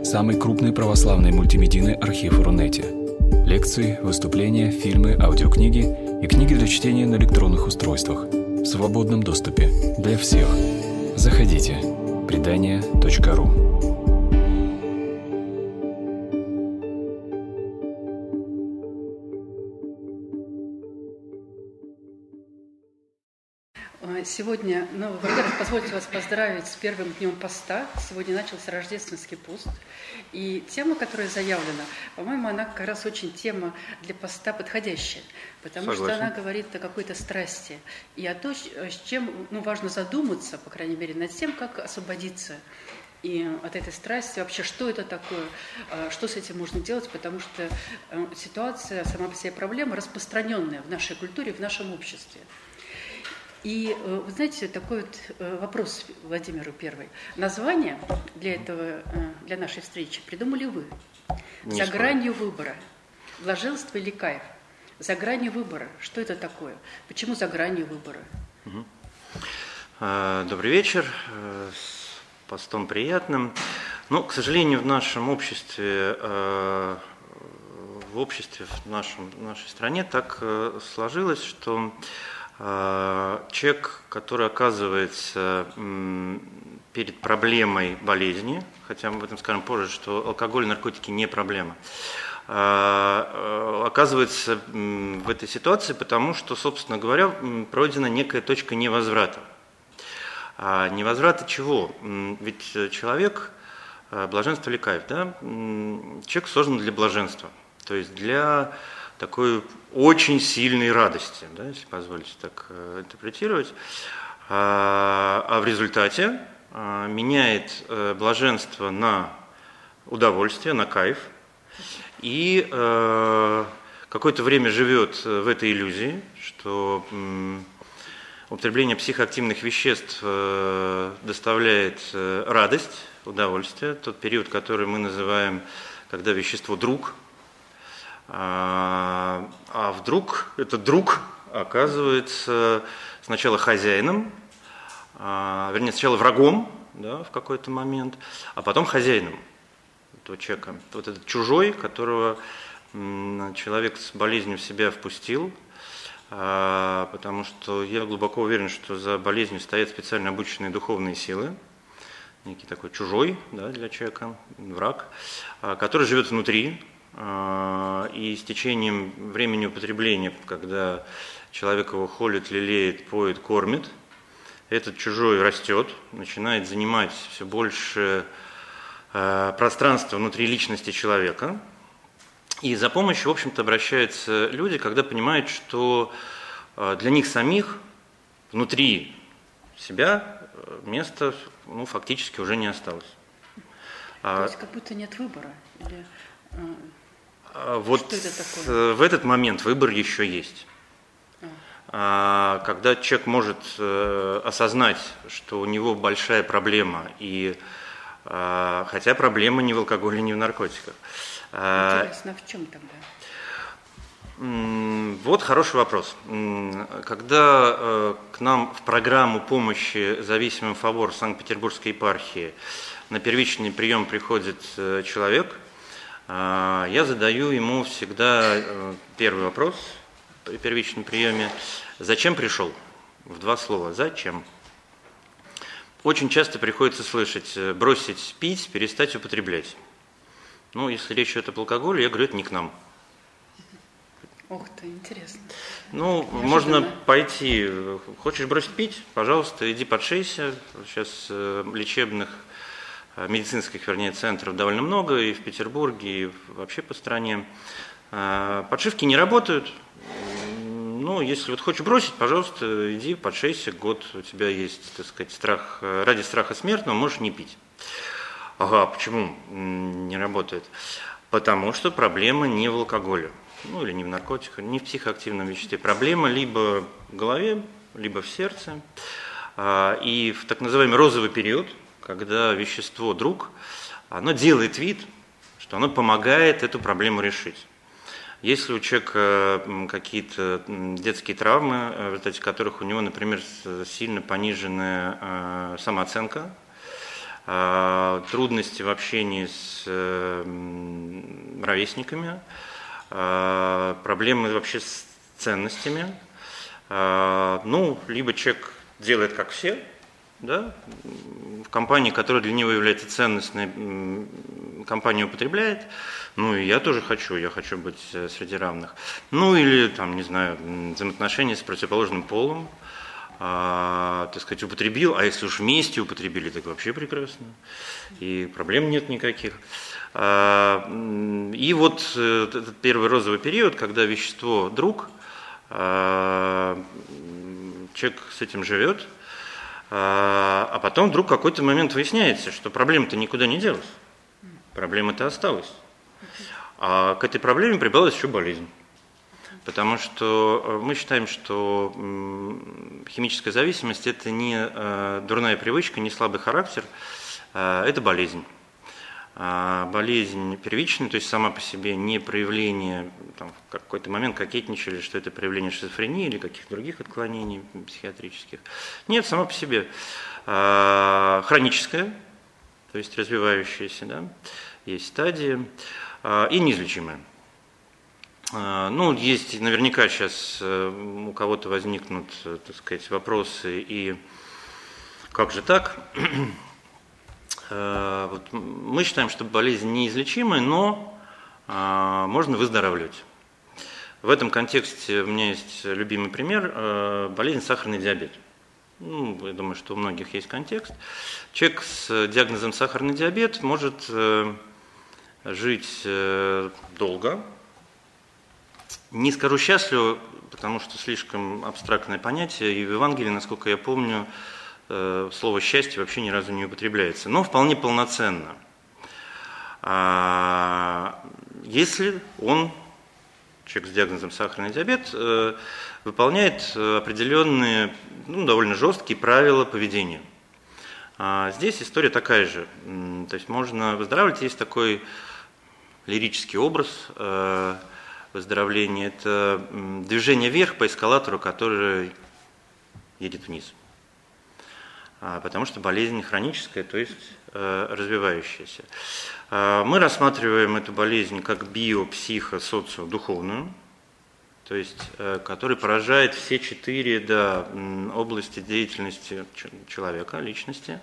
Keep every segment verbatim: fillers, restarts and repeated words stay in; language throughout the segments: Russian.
самый крупный православный мультимедийный архив Рунете. Лекции, выступления, фильмы, аудиокниги и книги для чтения на электронных устройствах в свободном доступе для всех. Заходите. предания точка ру. Сегодня, ну, во-первых, позвольте вас поздравить с первым днем поста. Сегодня начался рождественский пост. И тема, которая заявлена, по-моему, она как раз очень тема для поста подходящая. Потому Согласен. Что она говорит о какой-то страсти. И о том, с чем ну, важно задуматься, по крайней мере, над тем, как освободиться и от этой страсти, вообще, что это такое, что с этим можно делать, потому что ситуация, сама по себе проблема распространенная в нашей культуре, в нашем обществе. И, вы знаете, такой вот вопрос Владимиру первый. Название для этого, для нашей встречи придумали вы. Не «За гранью выбора». Блаженство или кайф? За гранью выбора. Что это такое? Почему за гранью выбора? Угу. Добрый вечер. С постом приятным. Ну, к сожалению, в нашем обществе, в обществе, в, нашем, в нашей стране так сложилось, что человек, который оказывается перед проблемой болезни, хотя мы об этом скажем позже, что алкоголь и наркотики не проблема, оказывается в этой ситуации, потому что, собственно говоря, пройдена некая точка невозврата. А невозврата чего? Ведь человек, блаженство или кайф, да? Человек создан для блаженства, то есть для такой очень сильной радости, да, если позволите так э, интерпретировать, а, а в результате а, меняет э, блаженство на удовольствие, на кайф, и э, какое-то время живет в этой иллюзии, что м, употребление психоактивных веществ э, доставляет э, радость, удовольствие, тот период, который мы называем, когда вещество друг. А, а вдруг этот друг оказывается сначала хозяином, а, вернее, сначала врагом, да, в какой-то момент, а потом хозяином этого человека. Вот этот чужой, которого м, человек с болезнью в себя впустил, а, потому что я глубоко уверен, что за болезнью стоят специально обученные духовные силы, некий такой чужой, да, для человека, враг, а, который живет внутри. И с течением времени употребления, когда человек его холит, лелеет, поет, кормит, этот чужой растет, начинает занимать все больше пространства внутри личности человека. И за помощью, в общем-то, обращаются люди, когда понимают, что для них самих внутри себя места ну, фактически уже не осталось. То есть как будто нет выбора? Или... Вот в этот момент выбор еще есть. А. Когда человек может осознать, что у него большая проблема, и, хотя проблема не в алкоголе, не в наркотиках. Интересно, а в чем тогда? Вот хороший вопрос. Когда к нам в программу помощи зависимым ФАВОР Санкт-Петербургской епархии на первичный прием приходит человек, я задаю ему всегда первый вопрос при первичном приеме. Зачем пришел? В два слова. Зачем? Очень часто приходится слышать бросить пить, перестать употреблять. Ну, если речь идет об алкоголе, я говорю, это не к нам. Ох ты, интересно. Ну, Неожиданно. Можно пойти. Хочешь бросить пить? Пожалуйста, иди подшейся. Сейчас лечебных медицинских, вернее, центров довольно много, и в Петербурге, и вообще по стране. Подшивки не работают. Ну, если вот хочешь бросить, пожалуйста, иди подшейся, год у тебя есть, так сказать, страх, ради страха смертного можешь не пить. Ага, почему не работает? Потому что проблема не в алкоголе, ну или не в наркотиках, не в психоактивном веществе. Проблема либо в голове, либо в сердце. И в так называемый розовый период, когда вещество друг, оно делает вид, что оно помогает эту проблему решить. Если у человека какие-то детские травмы, в результате которых у него, например, сильно пониженная самооценка, трудности в общении с ровесниками, проблемы вообще с ценностями. Ну, либо человек делает как все, да, в компании, которая для него является ценностной, компания употребляет, ну и я тоже хочу, я хочу быть среди равных. Ну или, там, не знаю, взаимоотношения с противоположным полом, а, так сказать, употребил, а если уж вместе употребили, так вообще прекрасно, и проблем нет никаких. А, и вот этот первый розовый период, когда вещество друг, а, человек с этим живет, а потом вдруг в какой-то момент выясняется, что проблема-то никуда не делась, проблема-то осталась. А к этой проблеме прибавилась еще болезнь. Потому что мы считаем, что химическая зависимость – это не дурная привычка, не слабый характер, это болезнь. Болезнь первичная, то есть сама по себе не проявление, там, в какой-то момент кокетничали, что это проявление шизофрении или каких-то других отклонений психиатрических. Нет, сама по себе хроническая, то есть развивающаяся, да, есть стадии, и неизлечимая. Ну, есть наверняка сейчас у кого-то возникнут, так сказать, вопросы, и как же так? Вот мы считаем, что болезнь неизлечимая, но а, можно выздоравливать. В этом контексте у меня есть любимый пример – болезнь сахарный диабет. Ну, я думаю, что у многих есть контекст. Человек с диагнозом сахарный диабет может э, жить э, долго. Не скажу счастливо, потому что слишком абстрактное понятие, и в Евангелии, насколько я помню, слово «счастье» вообще ни разу не употребляется, но вполне полноценно. Если он, человек с диагнозом сахарный диабет, выполняет определенные, ну, довольно жесткие правила поведения. Здесь история такая же. То есть можно выздоравливать, есть такой лирический образ выздоровления. Это движение вверх по эскалатору, который едет вниз. Потому что болезнь хроническая, то есть э, развивающаяся. Э, мы рассматриваем эту болезнь как био-, психо-, социо-, духовную, то есть, э, которая поражает все четыре, да, области деятельности человека, личности.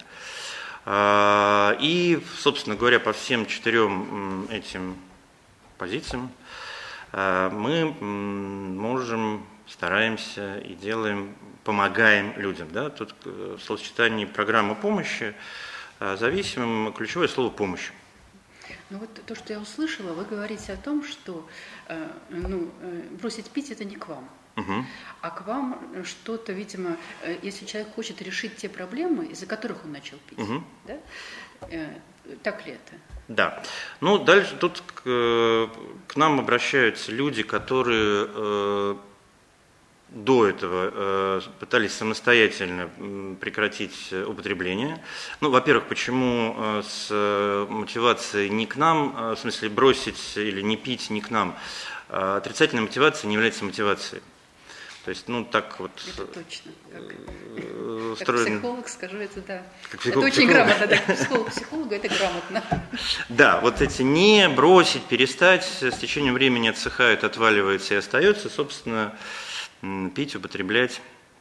Э, и, собственно говоря, по всем четырем этим позициям э, мы можем, стараемся и делаем, помогаем людям. Да? Тут в словосочетании программы помощи зависимым ключевое слово «помощь». Ну вот то, что я услышала, вы говорите о том, что э, ну, бросить пить – это не к вам. Угу. А к вам что-то, видимо, если человек хочет решить те проблемы, из-за которых он начал пить, угу. Да? Э, так ли это? Да. Ну, дальше тут к, к нам обращаются люди, которые э, до этого э, пытались самостоятельно прекратить употребление. Ну, во-первых, почему э, с мотивацией не к нам, э, в смысле бросить или не пить не к нам, э, отрицательная мотивация не является мотивацией. То есть, ну, так вот... Это точно. Как, э, как психолог скажу, это да. Как психолог, это очень психолог. грамотно, да, психолог психологу это грамотно. Да, вот эти не бросить, перестать, с течением времени отсыхают, отваливаются и остается, собственно, пить, употреблять.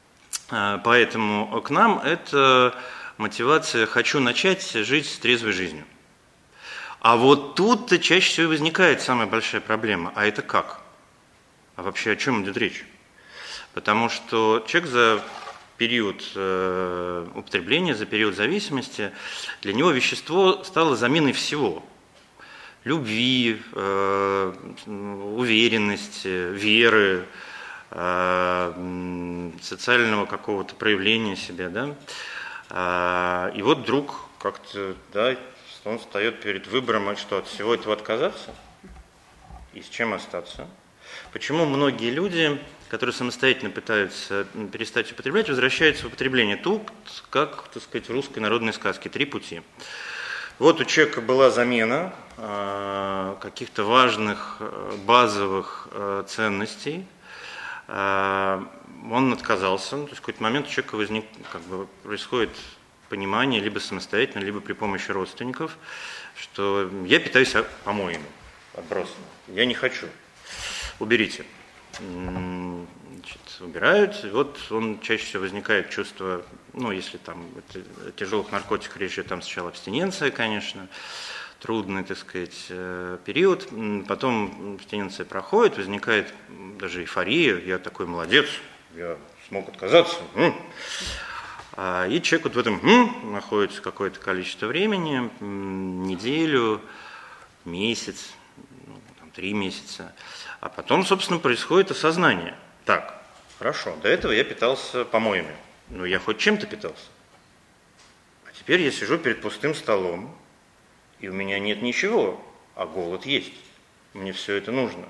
Поэтому к нам это мотивация «хочу начать жить с трезвой жизнью». А вот тут-то чаще всего возникает самая большая проблема. А это как? А вообще о чем идет речь? Потому что человек за период э, употребления, за период зависимости, для него вещество стало заменой всего. Любви, э, уверенности, веры, социального какого-то проявления себя, да, и вот вдруг как-то, да, он встает перед выбором, а что, от всего этого отказаться и с чем остаться. Почему многие люди, которые самостоятельно пытаются перестать употреблять, возвращаются в употребление? Тут, как, так сказать, в русской народной сказке, три пути. Вот у человека была замена каких-то важных базовых ценностей, он отказался, то есть в какой-то момент у человека возник, как бы, происходит понимание либо самостоятельно, либо при помощи родственников, что я питаюсь помоями, отбросом. Я не хочу. Уберите. Значит, убирают. И вот он чаще всего возникает чувство, ну, если там это, тяжелых наркотиков речь, там сначала абстиненция, конечно, трудный, так сказать, период. Потом абстиненция проходит, возникает даже эйфория. Я такой молодец, я смог отказаться. И человек вот в этом находится какое-то количество времени, неделю, месяц, ну, там, три месяца. А потом, собственно, происходит осознание. Так, хорошо, до этого я питался помоями. Ну, я хоть чем-то питался. А теперь я сижу перед пустым столом, и у меня нет ничего, а голод есть. Мне все это нужно.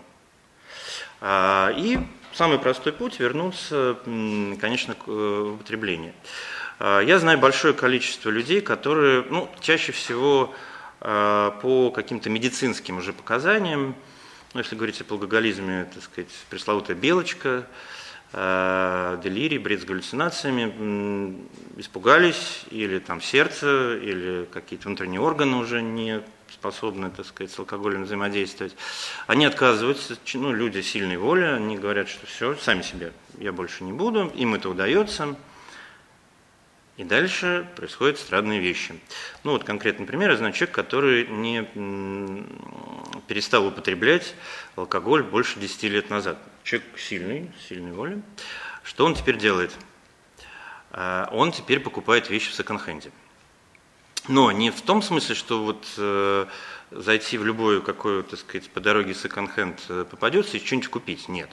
А, и самый простой путь – вернуться, конечно, к употреблению. А, я знаю большое количество людей, которые, ну, чаще всего а, по каким-то медицинским уже показаниям, ну, если говорить о алкоголизме, так сказать, пресловутая белочка, э, делирий, бред с галлюцинациями, м, испугались, или там сердце, или какие-то внутренние органы уже не способны, так сказать, с алкоголем взаимодействовать. Они отказываются, ну, люди сильной воли, они говорят, что все, сами себе, я больше не буду, им это удается. И дальше происходят странные вещи. Ну вот конкретный пример, я знаю человека, который не перестал употреблять алкоголь больше десяти лет назад. Человек сильный, сильной воли. Что он теперь делает? Он теперь покупает вещи в секонд-хенде. Но не в том смысле, что вот э, зайти в любой какой, так сказать, по дороге секонд-хенд попадется и что-нибудь купить. Нет.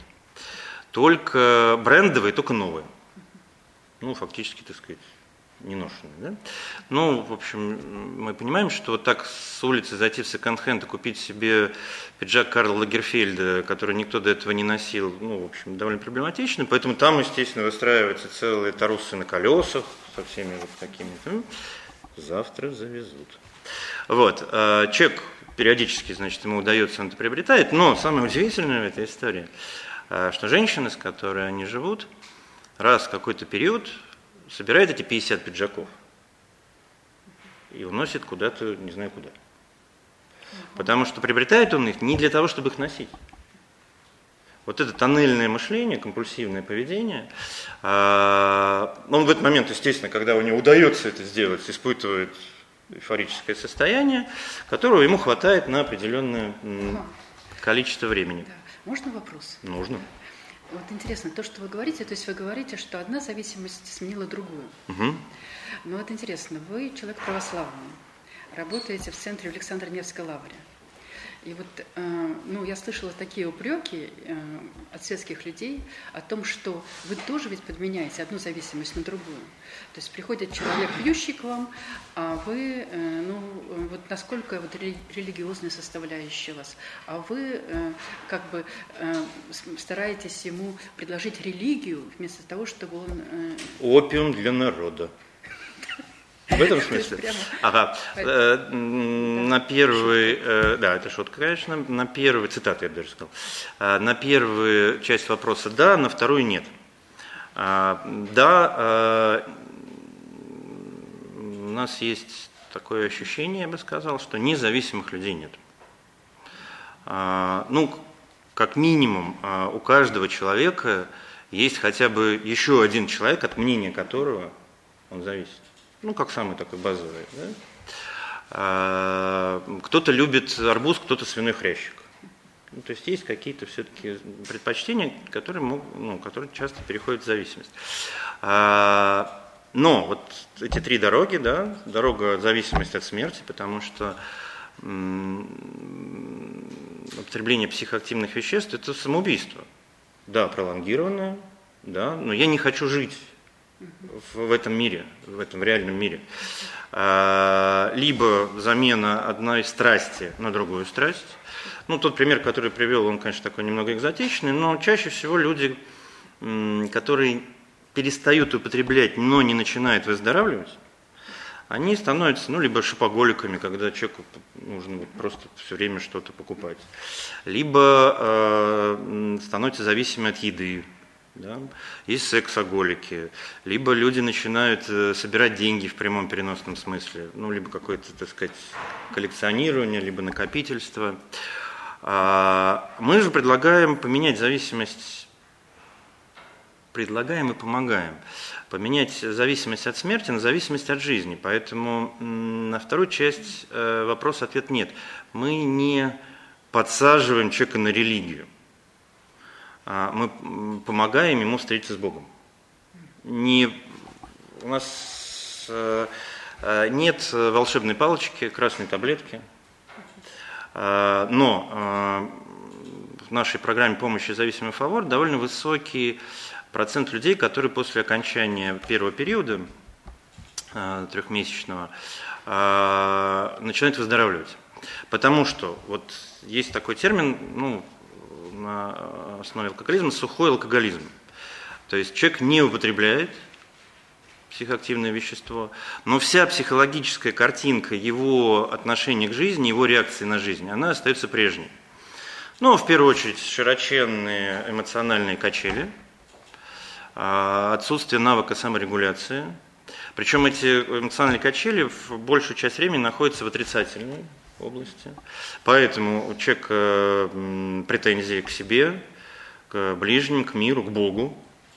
Только брендовые, только новые. Ну, фактически, так сказать, не ношеные, да? Ну, в общем, мы понимаем, что вот так с улицы зайти в секонд-хенд и купить себе пиджак Карла Лагерфельда, который никто до этого не носил, ну, в общем, довольно проблематично, поэтому там, естественно, выстраиваются целые тарусы на колесах со всеми вот такими. Завтра завезут. Вот. Человек периодически, значит, ему удается, он это приобретает, но самое удивительное в этой истории, что женщины, с которой они живут, раз в какой-то период собирает эти пятьдесят пиджаков и уносит куда-то, не знаю куда. Потому что приобретает он их не для того, чтобы их носить. Вот это тоннельное мышление, компульсивное поведение, он в этот момент, естественно, когда у него удается это сделать, испытывает эйфорическое состояние, которого ему хватает на определенное количество времени. Да. Можно вопрос? Нужно. Вот интересно, то, что вы говорите, то есть вы говорите, что одна зависимость сменила другую. Угу. Но вот интересно, вы человек православный, работаете в центре в Александро-Невской лавре. И вот, э, ну, я слышала такие упреки э, от светских людей о том, что вы тоже ведь подменяете одну зависимость на другую. То есть приходит человек, пьющий к вам, а вы, э, ну, вот насколько вот рели- религиозная составляющая у вас, а вы э, как бы э, стараетесь ему предложить религию вместо того, чтобы он... Э... Опиум для народа. В этом смысле? Ага. Э, на первый, э, да, это шутка, конечно, на первый, цитату я бы даже сказал, э, на первую часть вопроса да, на вторую нет. Э, да, э, у нас есть такое ощущение, я бы сказал, что независимых людей нет. Э, ну, как минимум, э, у каждого человека есть хотя бы еще один человек, от мнения которого он зависит. Ну, как самый такой базовый. Да? Кто-то любит арбуз, кто-то свиной хрящик. Ну, то есть есть какие-то все-таки предпочтения, которые, могут, ну, которые часто переходят в зависимость. Но вот эти три дороги, да, дорога зависимости от смерти, потому что употребление психоактивных веществ – это самоубийство. Да, пролонгированное, да, но я не хочу жить в этом мире, в этом реальном мире. Либо замена одной страсти на другую страсть. Ну, тот пример, который я привел, он, конечно, такой немного экзотичный, но чаще всего люди, которые перестают употреблять, но не начинают выздоравливать, они становятся, ну, либо шопоголиками, когда человеку нужно вот просто все время что-то покупать, либо э, становятся зависимы от еды. да? Есть сексоголики, либо люди начинают собирать деньги в прямом переносном смысле, ну, либо какое-то, так сказать, коллекционирование, либо накопительство. Мы же предлагаем поменять зависимость, предлагаем и помогаем, поменять зависимость от смерти на зависимость от жизни. Поэтому на вторую часть вопрос-ответ нет. Мы не подсаживаем человека на религию. Мы помогаем ему встретиться с Богом. Не, у нас нет волшебной палочки, красной таблетки, но в нашей программе помощи зависимым фавор довольно высокий процент людей, которые после окончания первого периода трехмесячного начинают выздоравливать. Потому что вот есть такой термин, ну, на основе алкоголизма, сухой алкоголизм. То есть человек не употребляет психоактивное вещество, но вся психологическая картинка его отношения к жизни, его реакции на жизнь, она остается прежней. Ну, в первую очередь, широченные эмоциональные качели, отсутствие навыка саморегуляции. Причем эти эмоциональные качели в большую часть времени находятся в отрицательной области. Поэтому у человека претензии к себе, к ближним, к миру, к Богу,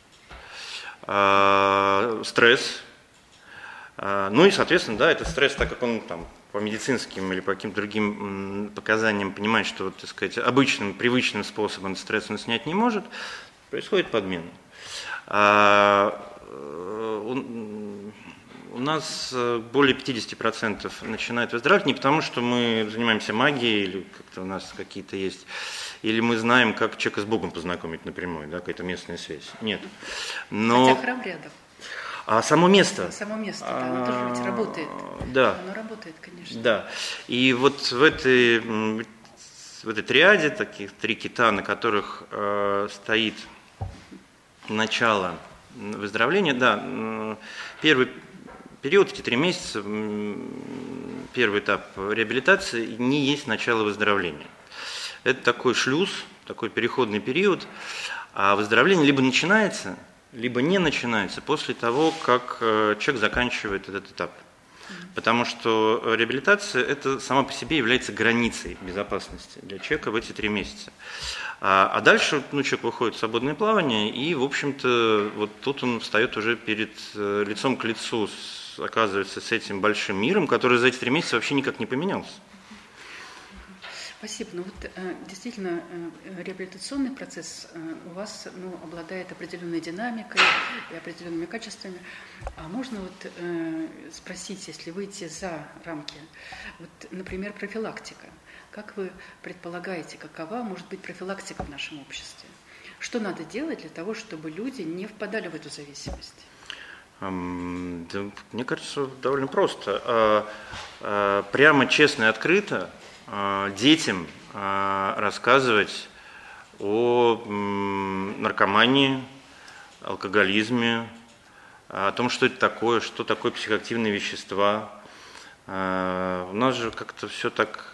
стресс. Ну и, соответственно, да, этот стресс, так как он там по медицинским или по каким-то другим показаниям понимает, что, так сказать, обычным, привычным способом стресс он снять не может, происходит подмена. У нас более пятьдесят процентов начинает выздоравливать не потому, что мы занимаемся магией или как-то у нас какие-то есть, или мы знаем, как человека с Богом познакомить напрямую, да, какая-то местная связь. Нет. Но... Хотя храм рядом. А само место? Само место, да, оно тоже ведь работает. Да. Оно работает, конечно. Да. И вот в этой, в этой триаде, таких три кита, на которых э, стоит начало выздоровления, да, первый период, эти три месяца, первый этап реабилитации, не есть начало выздоровления. Это такой шлюз, такой переходный период, а выздоровление либо начинается, либо не начинается после того, как человек заканчивает этот этап. Потому что реабилитация это сама по себе является границей безопасности для человека в эти три месяца. А, а дальше ну, человек выходит в свободное плавание, и, в общем-то, вот тут он встает уже перед лицом к лицу, с, оказывается, с этим большим миром, который за эти три месяца вообще никак не поменялся. Спасибо. Ну вот действительно реабилитационный процесс у вас ну, обладает определенной динамикой и определенными качествами. А можно вот э, спросить, если выйти за рамки, вот, например, профилактика. Как вы предполагаете, какова может быть профилактика в нашем обществе? Что надо делать для того, чтобы люди не впадали в эту зависимость? Um, да, мне кажется, довольно просто. А, а, прямо, честно и открыто детям рассказывать о наркомании, алкоголизме, о том, что это такое, что такое психоактивные вещества. У нас же как-то все так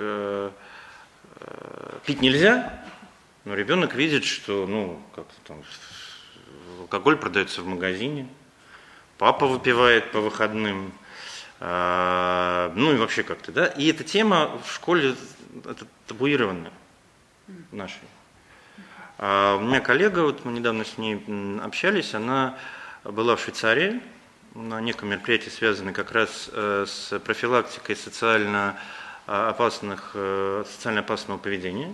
пить нельзя, но ребенок видит, что ну, как-то там, алкоголь продается в магазине, папа выпивает по выходным. Ну и вообще как-то, да. И эта тема в школе это табуированная нашей. А у меня коллега, вот мы недавно с ней общались, она была в Швейцарии на неком мероприятии, связанном как раз с профилактикой социально опасных, социально опасного поведения.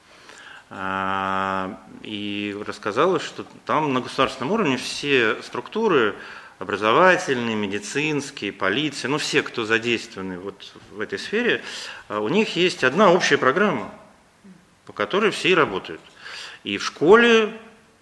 И рассказала, что там на государственном уровне все структуры образовательные, медицинские, полиция, ну все, кто задействованы вот в этой сфере, у них есть одна общая программа, по которой все и работают. И в школе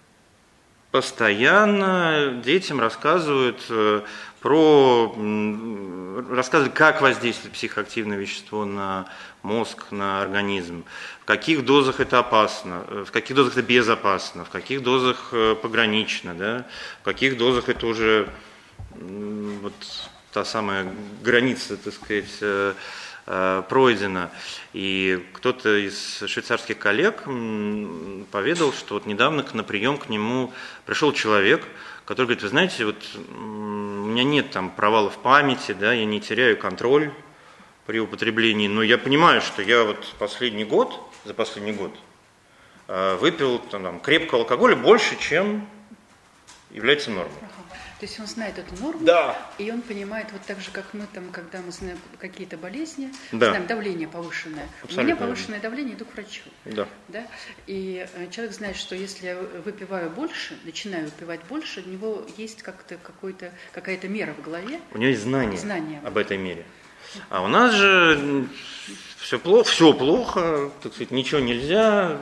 постоянно детям рассказывают про, рассказывают, как воздействует психоактивное вещество на мозг, на организм, в каких дозах это опасно, в каких дозах это безопасно, в каких дозах погранично, да, в каких дозах это уже вот та самая граница, так сказать, э, пройдено. И кто-то из швейцарских коллег поведал, что вот недавно на прием к нему пришел человек, который говорит: вы знаете, вот у меня нет там провалов памяти, да, я не теряю контроль при употреблении, но я понимаю, что я вот последний год, за последний год выпил там, крепкого алкоголя больше, чем является нормой. Ага. То есть он знает эту норму, да. И он понимает, вот так же, как мы, там, когда мы знаем какие-то болезни, да. знаем давление повышенное. Абсолютно. У меня повышенное давление, иду к врачу. Да. Да? И человек знает, что если я выпиваю больше, начинаю выпивать больше, у него есть как-то какой-то, какая-то мера в голове. У него есть знание, знание об этой мере. А у нас же все плохо, все плохо, так сказать, ничего нельзя,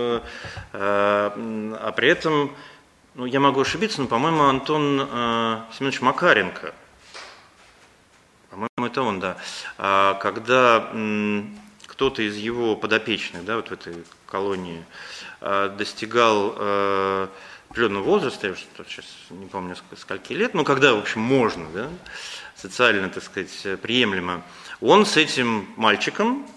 а при этом, ну, я могу ошибиться, но, по-моему, Антон Семенович Макаренко, по-моему, это он, да, когда кто-то из его подопечных, да, вот в этой колонии достигал определенного возраста, я уже сейчас не помню, скольки лет, но когда, в общем, можно, да, социально, так сказать, приемлемо, он с этим мальчиком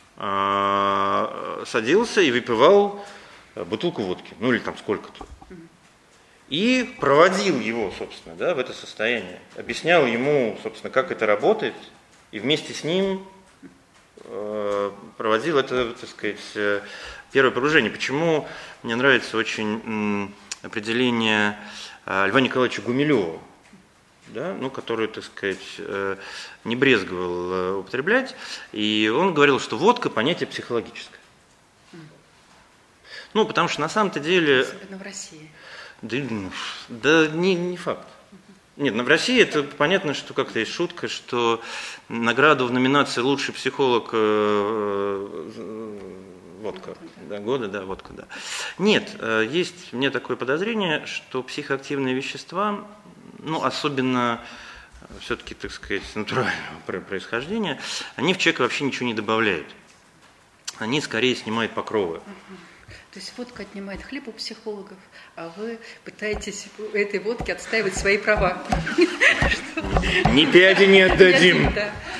э, садился и выпивал бутылку водки, ну или там сколько-то. И проводил его, собственно, да, в это состояние. Объяснял ему, собственно, как это работает, и вместе с ним э, проводил это, так сказать, первое погружение. Почему мне нравится очень м, определение э, Льва Николаевича Гумилева, да, ну, который, так сказать, не брезговал употреблять, и он говорил, что водка – понятие психологическое. Ну, потому что на самом-то деле… Особенно в России. Да, да не, не факт. Нет, но в России это понятно, что как-то есть шутка, что награду в номинации «Лучший психолог» водка, да, года, да, водка, да. Нет, есть у меня такое подозрение, что психоактивные вещества, ну, особенно все-таки, так сказать, натурального происхождения, они в человека вообще ничего не добавляют. Они скорее снимают покровы. Uh-huh. То есть водка отнимает хлеб у психологов, а вы пытаетесь у этой водки отстаивать свои права. Ни пяди не отдадим.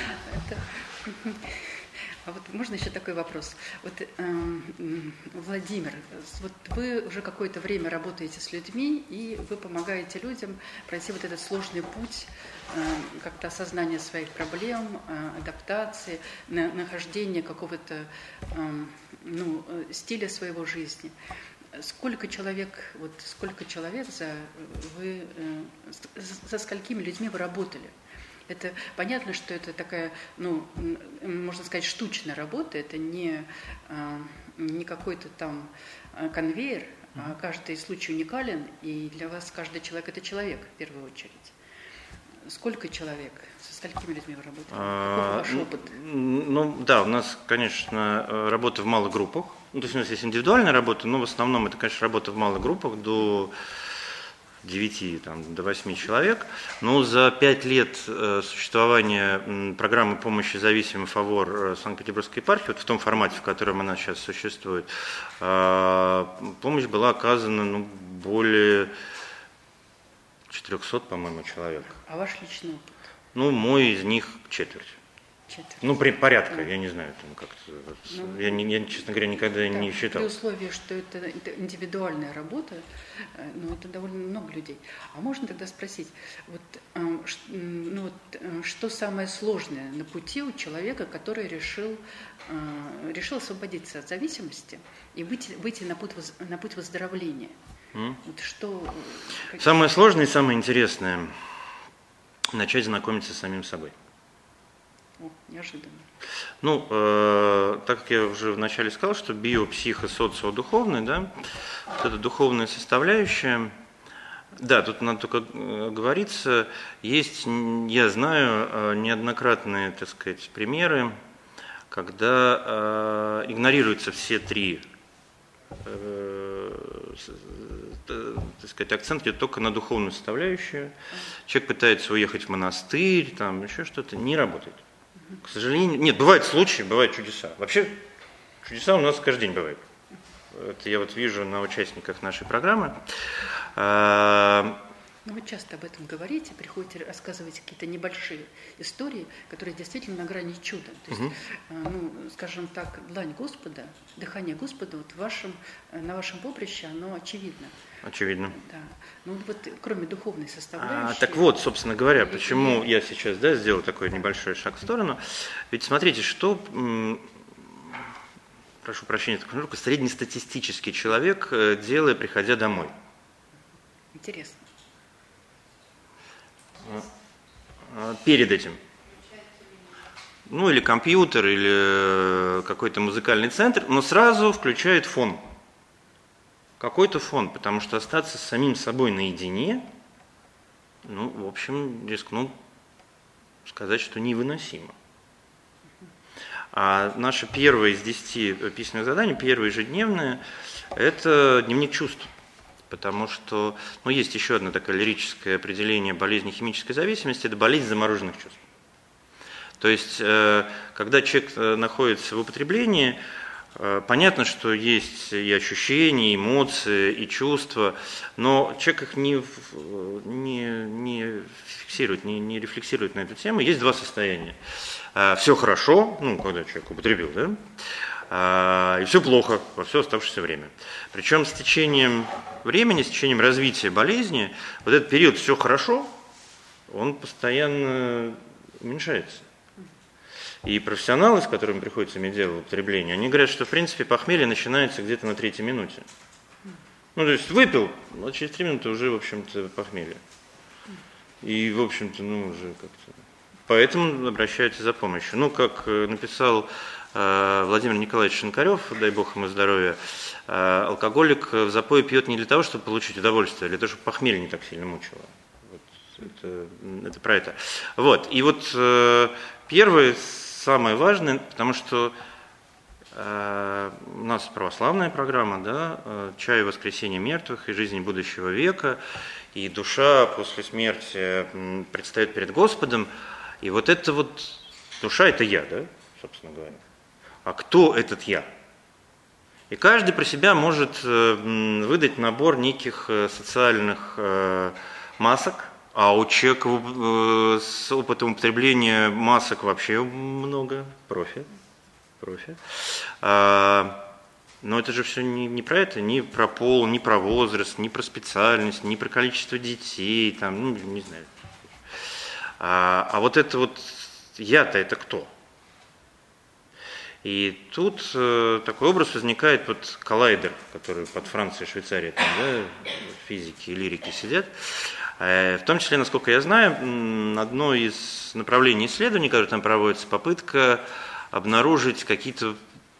А вот можно еще такой вопрос? Вот, э, Владимир, вот вы уже какое-то время работаете с людьми, и вы помогаете людям пройти вот этот сложный путь э, как-то осознания своих проблем, э, адаптации, на, нахождения какого-то э, ну, стиля своего жизни. Сколько человек, вот сколько человек за вы, э, за сколькими людьми вы работали? Это понятно, что это такая, ну, можно сказать, штучная работа, это не, не какой-то там конвейер, а каждый случай уникален, и для вас каждый человек – это человек, в первую очередь. Сколько человек, со сколькими людьми вы работаете? Какой ваш опыт? Ну, да, у нас, конечно, работа в малых группах. Ну, то есть у нас есть индивидуальная работа, но в основном это, конечно, работа в малых группах до девяти, там, до восьми человек. Но за пять лет существования программы помощи зависимым «Фавор» Санкт-Петербургской епархии, вот в том формате, в котором она сейчас существует, помощь была оказана, ну, более четырехсот, по-моему, человек. А ваш личный опыт? Ну, мой из них четверть. Четверть. Ну, при порядка, а. я не знаю, там как-то. Ну, я, я, честно говоря, никогда да, не считал. При условии, что это, это индивидуальная работа, ну, это довольно много людей. А можно тогда спросить, вот, ну, вот, что самое сложное на пути у человека, который решил, решил освободиться от зависимости и выйти, выйти на, путь, на путь выздоровления? Mm. Вот что, самое сложное и самое интересное – начать знакомиться с самим собой. О, неожиданно. Ну, э, так как я уже вначале сказал, что био, психо, социо, духовный, да, вот эта духовная составляющая, да, тут надо только оговориться, есть, я знаю, неоднократные, так сказать, примеры, когда э, игнорируются все три, э, так сказать, акцент идет только на духовную составляющую. Человек пытается уехать в монастырь, там еще что-то, не работает. К сожалению, нет, бывают случаи, бывают чудеса. Вообще чудеса у нас каждый день бывают. Это я вот вижу на участниках нашей программы. Ну, вы часто об этом говорите, приходите рассказывать какие-то небольшие истории, которые действительно на грани чуда. То есть, угу. ну, скажем так, длань Господа, дыхание Господа вот в вашем, на вашем поприще, оно очевидно. Очевидно. Да. Ну, вот кроме духовной составляющей. А, так вот, собственно говоря, почему я сейчас, да, сделал такой небольшой шаг в сторону. Ведь смотрите, что, прошу прощения, такой среднестатистический человек делает, приходя домой. Интересно. Перед этим. Ну, или компьютер, или какой-то музыкальный центр, но сразу включает фон. Какой-то фон, потому что остаться с самим собой наедине, ну, в общем, рискну сказать, что невыносимо. А наше первое из десяти письменных заданий, первое ежедневное, это дневник чувств. Потому что, ну, есть еще одно такое лирическое определение болезни химической зависимости, это болезнь замороженных чувств. То есть, когда человек находится в употреблении, понятно, что есть и ощущения, и эмоции, и чувства, но человек их не, не, не фиксирует, не, не рефлексирует на эту тему. Есть два состояния. Все хорошо, ну, когда человек употребил, да, и все плохо во все оставшееся время. Причем с течением времени, с течением развития болезни, вот этот период «все хорошо», он постоянно уменьшается. И профессионалы, с которыми приходится иметь дело в употреблении, они говорят, что в принципе похмелье начинается где-то на третьей минуте. Ну, то есть выпил, а через три минуты уже, в общем-то, похмелье. И, в общем-то, ну, уже как-то... Поэтому обращаются за помощью. Ну, как написал э, Владимир Николаевич Шинкарев, дай бог ему здоровья, э, алкоголик в запое пьет не для того, чтобы получить удовольствие, а для того, чтобы похмелье не так сильно мучило. Вот, это, это про это. Вот. И вот э, первое, самое важное, потому что э, у нас православная программа, да, э, «Чай воскресения мертвых» и «Жизнь будущего века», и душа после смерти предстает перед Господом. И вот это вот душа – это я, да, собственно говоря. А кто этот я? И каждый про себя может выдать набор неких социальных масок, а у человека с опытом употребления масок вообще много, профи. профи. Но это же все не, не про это, не про пол, не про возраст, не про специальность, не про количество детей, там, ну, не знаю. А, а вот это вот я-то это кто? И тут э, такой образ возникает, вот коллайдер, который под Францией и Швейцарией, там, да, физики и лирики сидят. Э, в том числе, насколько я знаю, одно из направлений исследований, которое там проводится, попытка обнаружить какие-то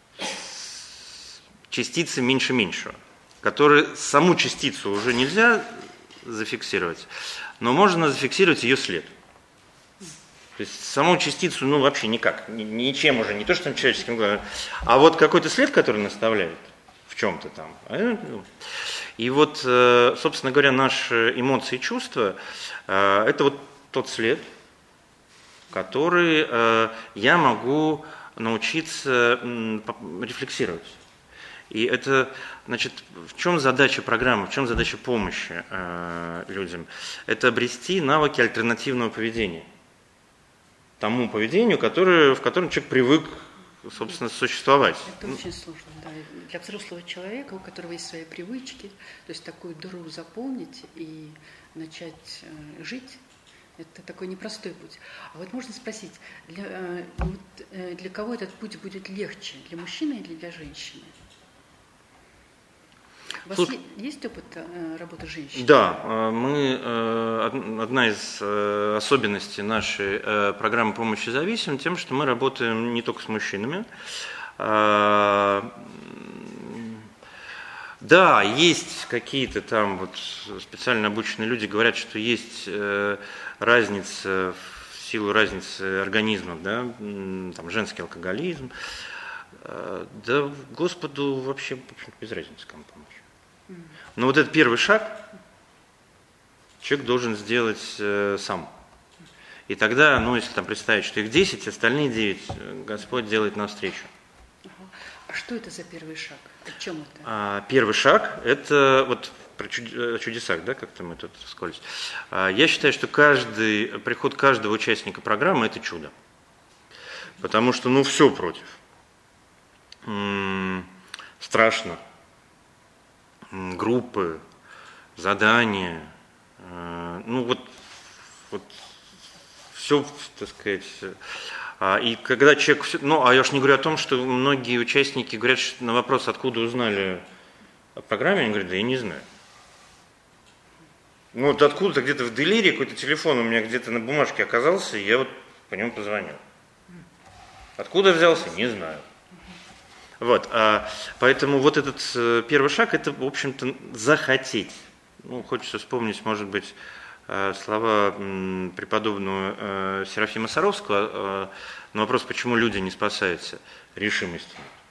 частицы меньше меньшего, которые саму частицу уже нельзя зафиксировать, но можно зафиксировать ее след. То есть саму частицу, ну, вообще никак, ничем уже, не то, что там человеческим глазом, а вот какой-то след, который наставляет в чем-то там. И вот, собственно говоря, наши эмоции и чувства, это вот тот след, который я могу научиться рефлексировать. И это, значит, в чем задача программы, в чем задача помощи э, людям? Это обрести навыки альтернативного поведения. Тому поведению, которое, в котором человек привык, собственно, существовать. Это очень сложно, да. Для взрослого человека, у которого есть свои привычки, то есть такую дыру заполнить и начать э, жить, это такой непростой путь. А вот можно спросить, для, э, вот, э, для кого этот путь будет легче? Для мужчины или для женщины? У вас Слушай, есть опыт э, работы с женщинами? Да, мы, э, одна из э, особенностей нашей э, программы помощи зависимым тем, что мы работаем не только с мужчинами. Э, да, есть какие-то там вот специально обученные люди говорят, что есть э, разница в силу разницы организмов, да, там женский алкоголизм. Э, да, Господу вообще без разницы, кому помочь. Но вот этот первый шаг человек должен сделать э, сам. И тогда, ну, если там представить, что их десять, остальные девять Господь делает навстречу. Ага. А что это за первый шаг? О чем это? А, первый шаг – это вот про чудесах, да, как-то мы тут вскользь. А, я считаю, что каждый, приход каждого участника программы – это чудо. Потому что, ну, все против. М-м, страшно. М-м, группы, задания. Э, ну, вот, вот все, так сказать. И когда человек... Ну, а я уж не говорю о том, что многие участники говорят что на вопрос, откуда узнали о программе, они говорят, да я не знаю. Ну, вот откуда-то где-то в делире какой-то телефон у меня где-то на бумажке оказался, и я вот по нему позвонил. Откуда взялся, не знаю. Вот, а, поэтому вот этот э, первый шаг, это, в общем-то, захотеть. Ну, хочется вспомнить, может быть, э, слова м, преподобного э, Серафима Саровского э, на вопрос, почему люди не спасаются. Решимость.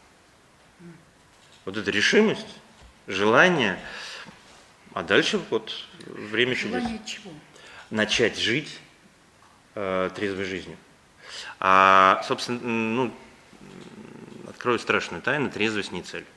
Вот эта решимость, желание, а дальше вот время чудес. Желание чего? Начать жить э, трезвой жизнью. А, собственно, ну, открою страшную тайну, трезвость не цель.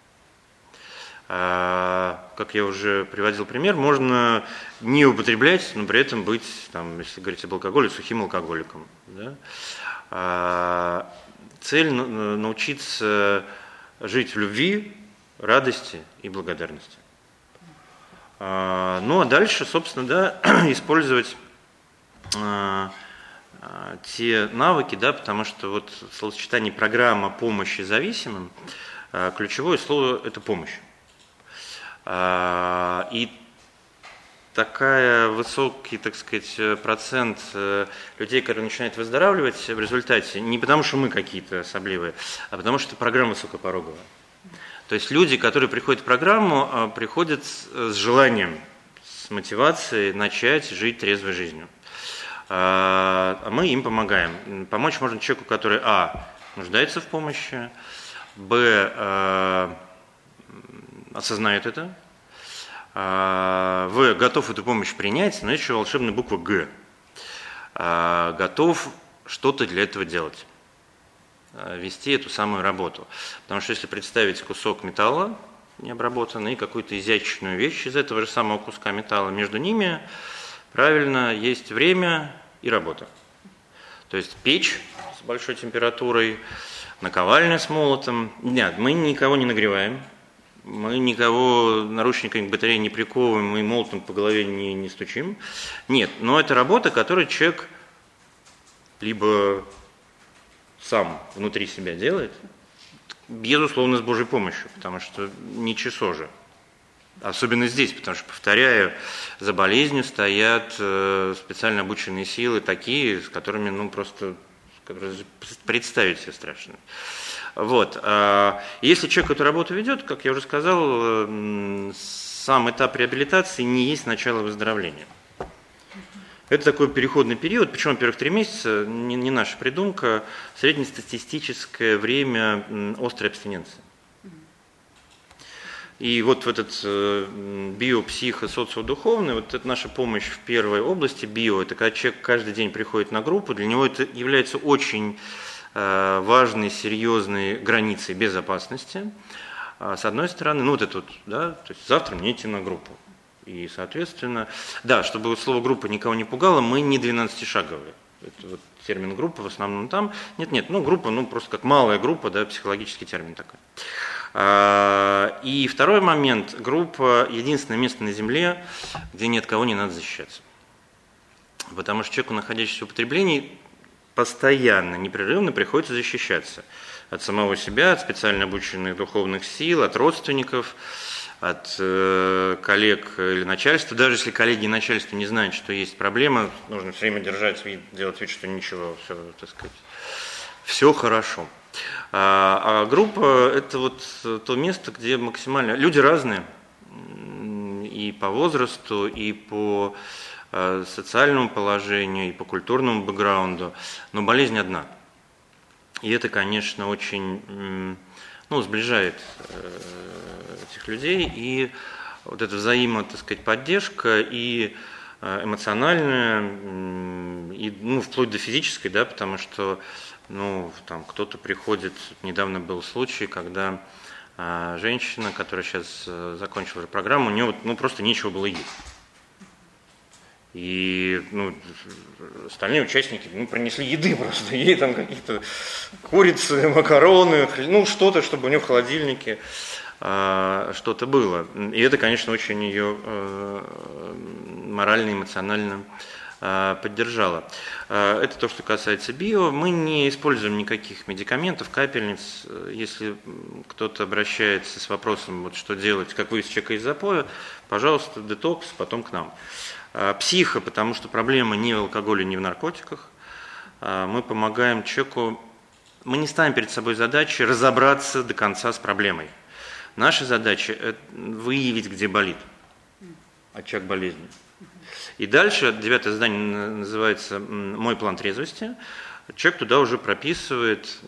А, как я уже приводил пример, можно не употреблять, но при этом быть, там, если говорить об алкоголе, сухим алкоголиком. Да? А, цель научиться жить в любви, радости и благодарности. А, ну а дальше, собственно, да, использовать а, те навыки, да, потому что вот в словосочетании программа помощи зависимым ключевое слово – это помощь. И такая высокий, так сказать, процент людей, которые начинают выздоравливать в результате, не потому что мы какие-то особливые, а потому что программа высокопороговая. То есть люди, которые приходят в программу, приходят с желанием, с мотивацией начать жить трезвой жизнью. А мы им помогаем. Помочь можно человеку, который, а, нуждается в помощи, б, э, осознает это, э, в, готов эту помощь принять, но еще волшебная буква Г, э, готов что-то для этого делать, э, вести эту самую работу. Потому что если представить кусок металла необработанный и какую-то изящную вещь из этого же самого куска металла, между ними, правильно, есть время и работа. То есть печь с большой температурой, наковальня с молотом. Нет, мы никого не нагреваем, мы никого наручниками к батарее не приковываем, мы молотом по голове не, не стучим. Нет, но это работа, которую человек либо сам внутри себя делает, безусловно, с Божьей помощью, потому что не часо же. Особенно здесь, потому что, повторяю, за болезнью стоят э, специально обученные силы, такие, с которыми, ну, просто которые представить себе страшно. Вот. А если человек эту работу ведет, как я уже сказал, э, сам этап реабилитации не есть начало выздоровления. Это такой переходный период, причем, во-первых, три месяца, не, не наша придумка, среднестатистическое время острой абстиненции. И вот в этот био, психо, социодуховный, вот это наша помощь в первой области био, это когда человек каждый день приходит на группу, для него это является очень важной, серьезной границей безопасности. С одной стороны, ну вот это вот, да, то есть завтра мне идти на группу. И, соответственно, да, чтобы слово группа никого не пугало, мы не двенадцатишаговые. Это вот термин группа в основном там. Нет-нет, ну группа, ну просто как малая группа, да, психологический термин такой. И второй момент. Группа – единственное место на Земле, где ни от кого не надо защищаться. Потому что человеку, находящемуся в употреблении, постоянно, непрерывно приходится защищаться от самого себя, от специально обученных духовных сил, от родственников, от э, коллег или начальства. Даже если коллеги и начальство не знают, что есть проблема, нужно все время держать вид, делать вид, что ничего, все, так сказать, все хорошо. А, а группа – это вот то место, где максимально… Люди разные, и по возрасту, и по э, социальному положению, и по культурному бэкграунду, но болезнь одна. И это, конечно, очень… ну, сближает э, этих людей, и вот эта взаимо, так сказать, поддержка и эмоциональная, и, ну, вплоть до физической, да, потому что ну, там кто-то приходит, недавно был случай, когда а, женщина, которая сейчас а, закончила программу, у нее ну, просто нечего было есть. И ну, остальные участники ну, принесли еды просто, ей там какие-то курицы, макароны, ну что-то, чтобы у нее в холодильнике а, что-то было. И это, конечно, очень ее а, морально, эмоционально а, поддержало. А, это то, что касается био. Мы не используем никаких медикаментов, капельниц. Если кто-то обращается с вопросом, вот, что делать, как вывести человека из запоя, пожалуйста, детокс, потом к нам. Психо, потому что проблема не в алкоголе, не в наркотиках. Мы помогаем человеку, мы не ставим перед собой задачи разобраться до конца с проблемой. Наша задача – выявить, где болит очаг болезни. И дальше, девятое задание называется «Мой план трезвости». Человек туда уже прописывает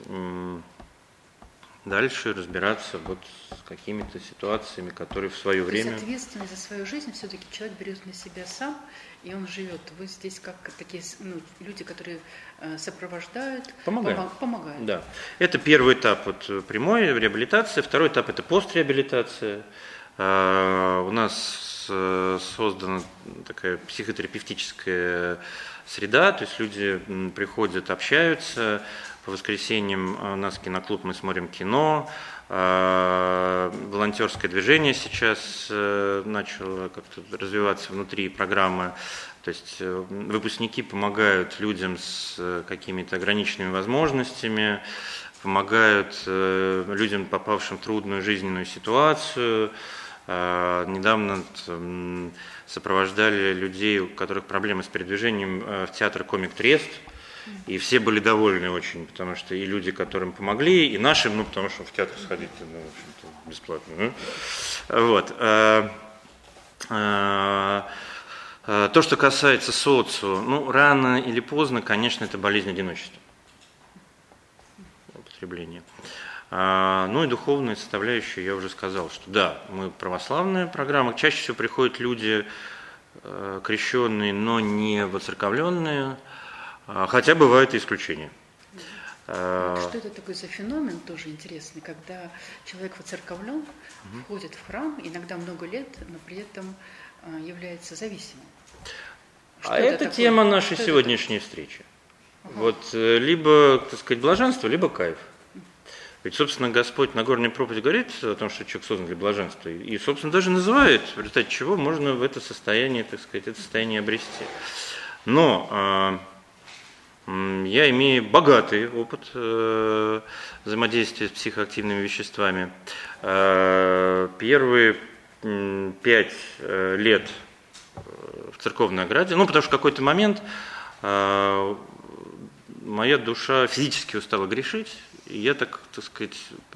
дальше разбираться вот с какими-то ситуациями, которые в свое То время... есть ответственность за свою жизнь все-таки человек берет на себя сам, и он живет. Вы здесь как такие ну, люди, которые э, сопровождают, помогают. Пом- помогают. Да. Это первый этап вот, прямой реабилитации, второй этап – это постреабилитация. Uh, у нас uh, создана такая психотерапевтическая среда, то есть люди приходят, общаются. По воскресеньям у нас киноклуб, мы смотрим кино. Волонтерское движение сейчас начало как-то развиваться внутри программы. То есть выпускники помогают людям с какими-то ограниченными возможностями, помогают людям, попавшим в трудную жизненную ситуацию. Недавно сопровождали людей, у которых проблемы с передвижением, в театр «Комик Трест». И все были довольны очень, потому что и люди, которым помогли, и нашим, ну, потому что в театр сходить, ну, в общем-то, бесплатно. Ну? Вот. То, что касается социо, ну, рано или поздно, конечно, это болезнь одиночества, употребление. Ну и духовная составляющая, я уже сказал, что да, мы православная программа, чаще всего приходят люди крещенные, но не воцерковленные. Хотя бывают и исключения. Что это такой за феномен, тоже интересный, когда человек воцерковлен, угу. входит в храм, иногда много лет, но при этом является зависимым. Что а это, это тема нашей что сегодняшней это? встречи. Ага. Вот либо, так сказать, блаженство, либо кайф. Ведь, собственно, Господь на горной проповеди говорит о том, что человек создан для блаженства. И, собственно, даже называет, в результате чего можно в это состояние, так сказать, это состояние обрести. Но я имею богатый опыт э, взаимодействия с психоактивными веществами. Э, первые э, пять э, лет в церковной ограде, ну, потому что в какой-то момент э, моя душа физически устала грешить, и я, так, так сказать,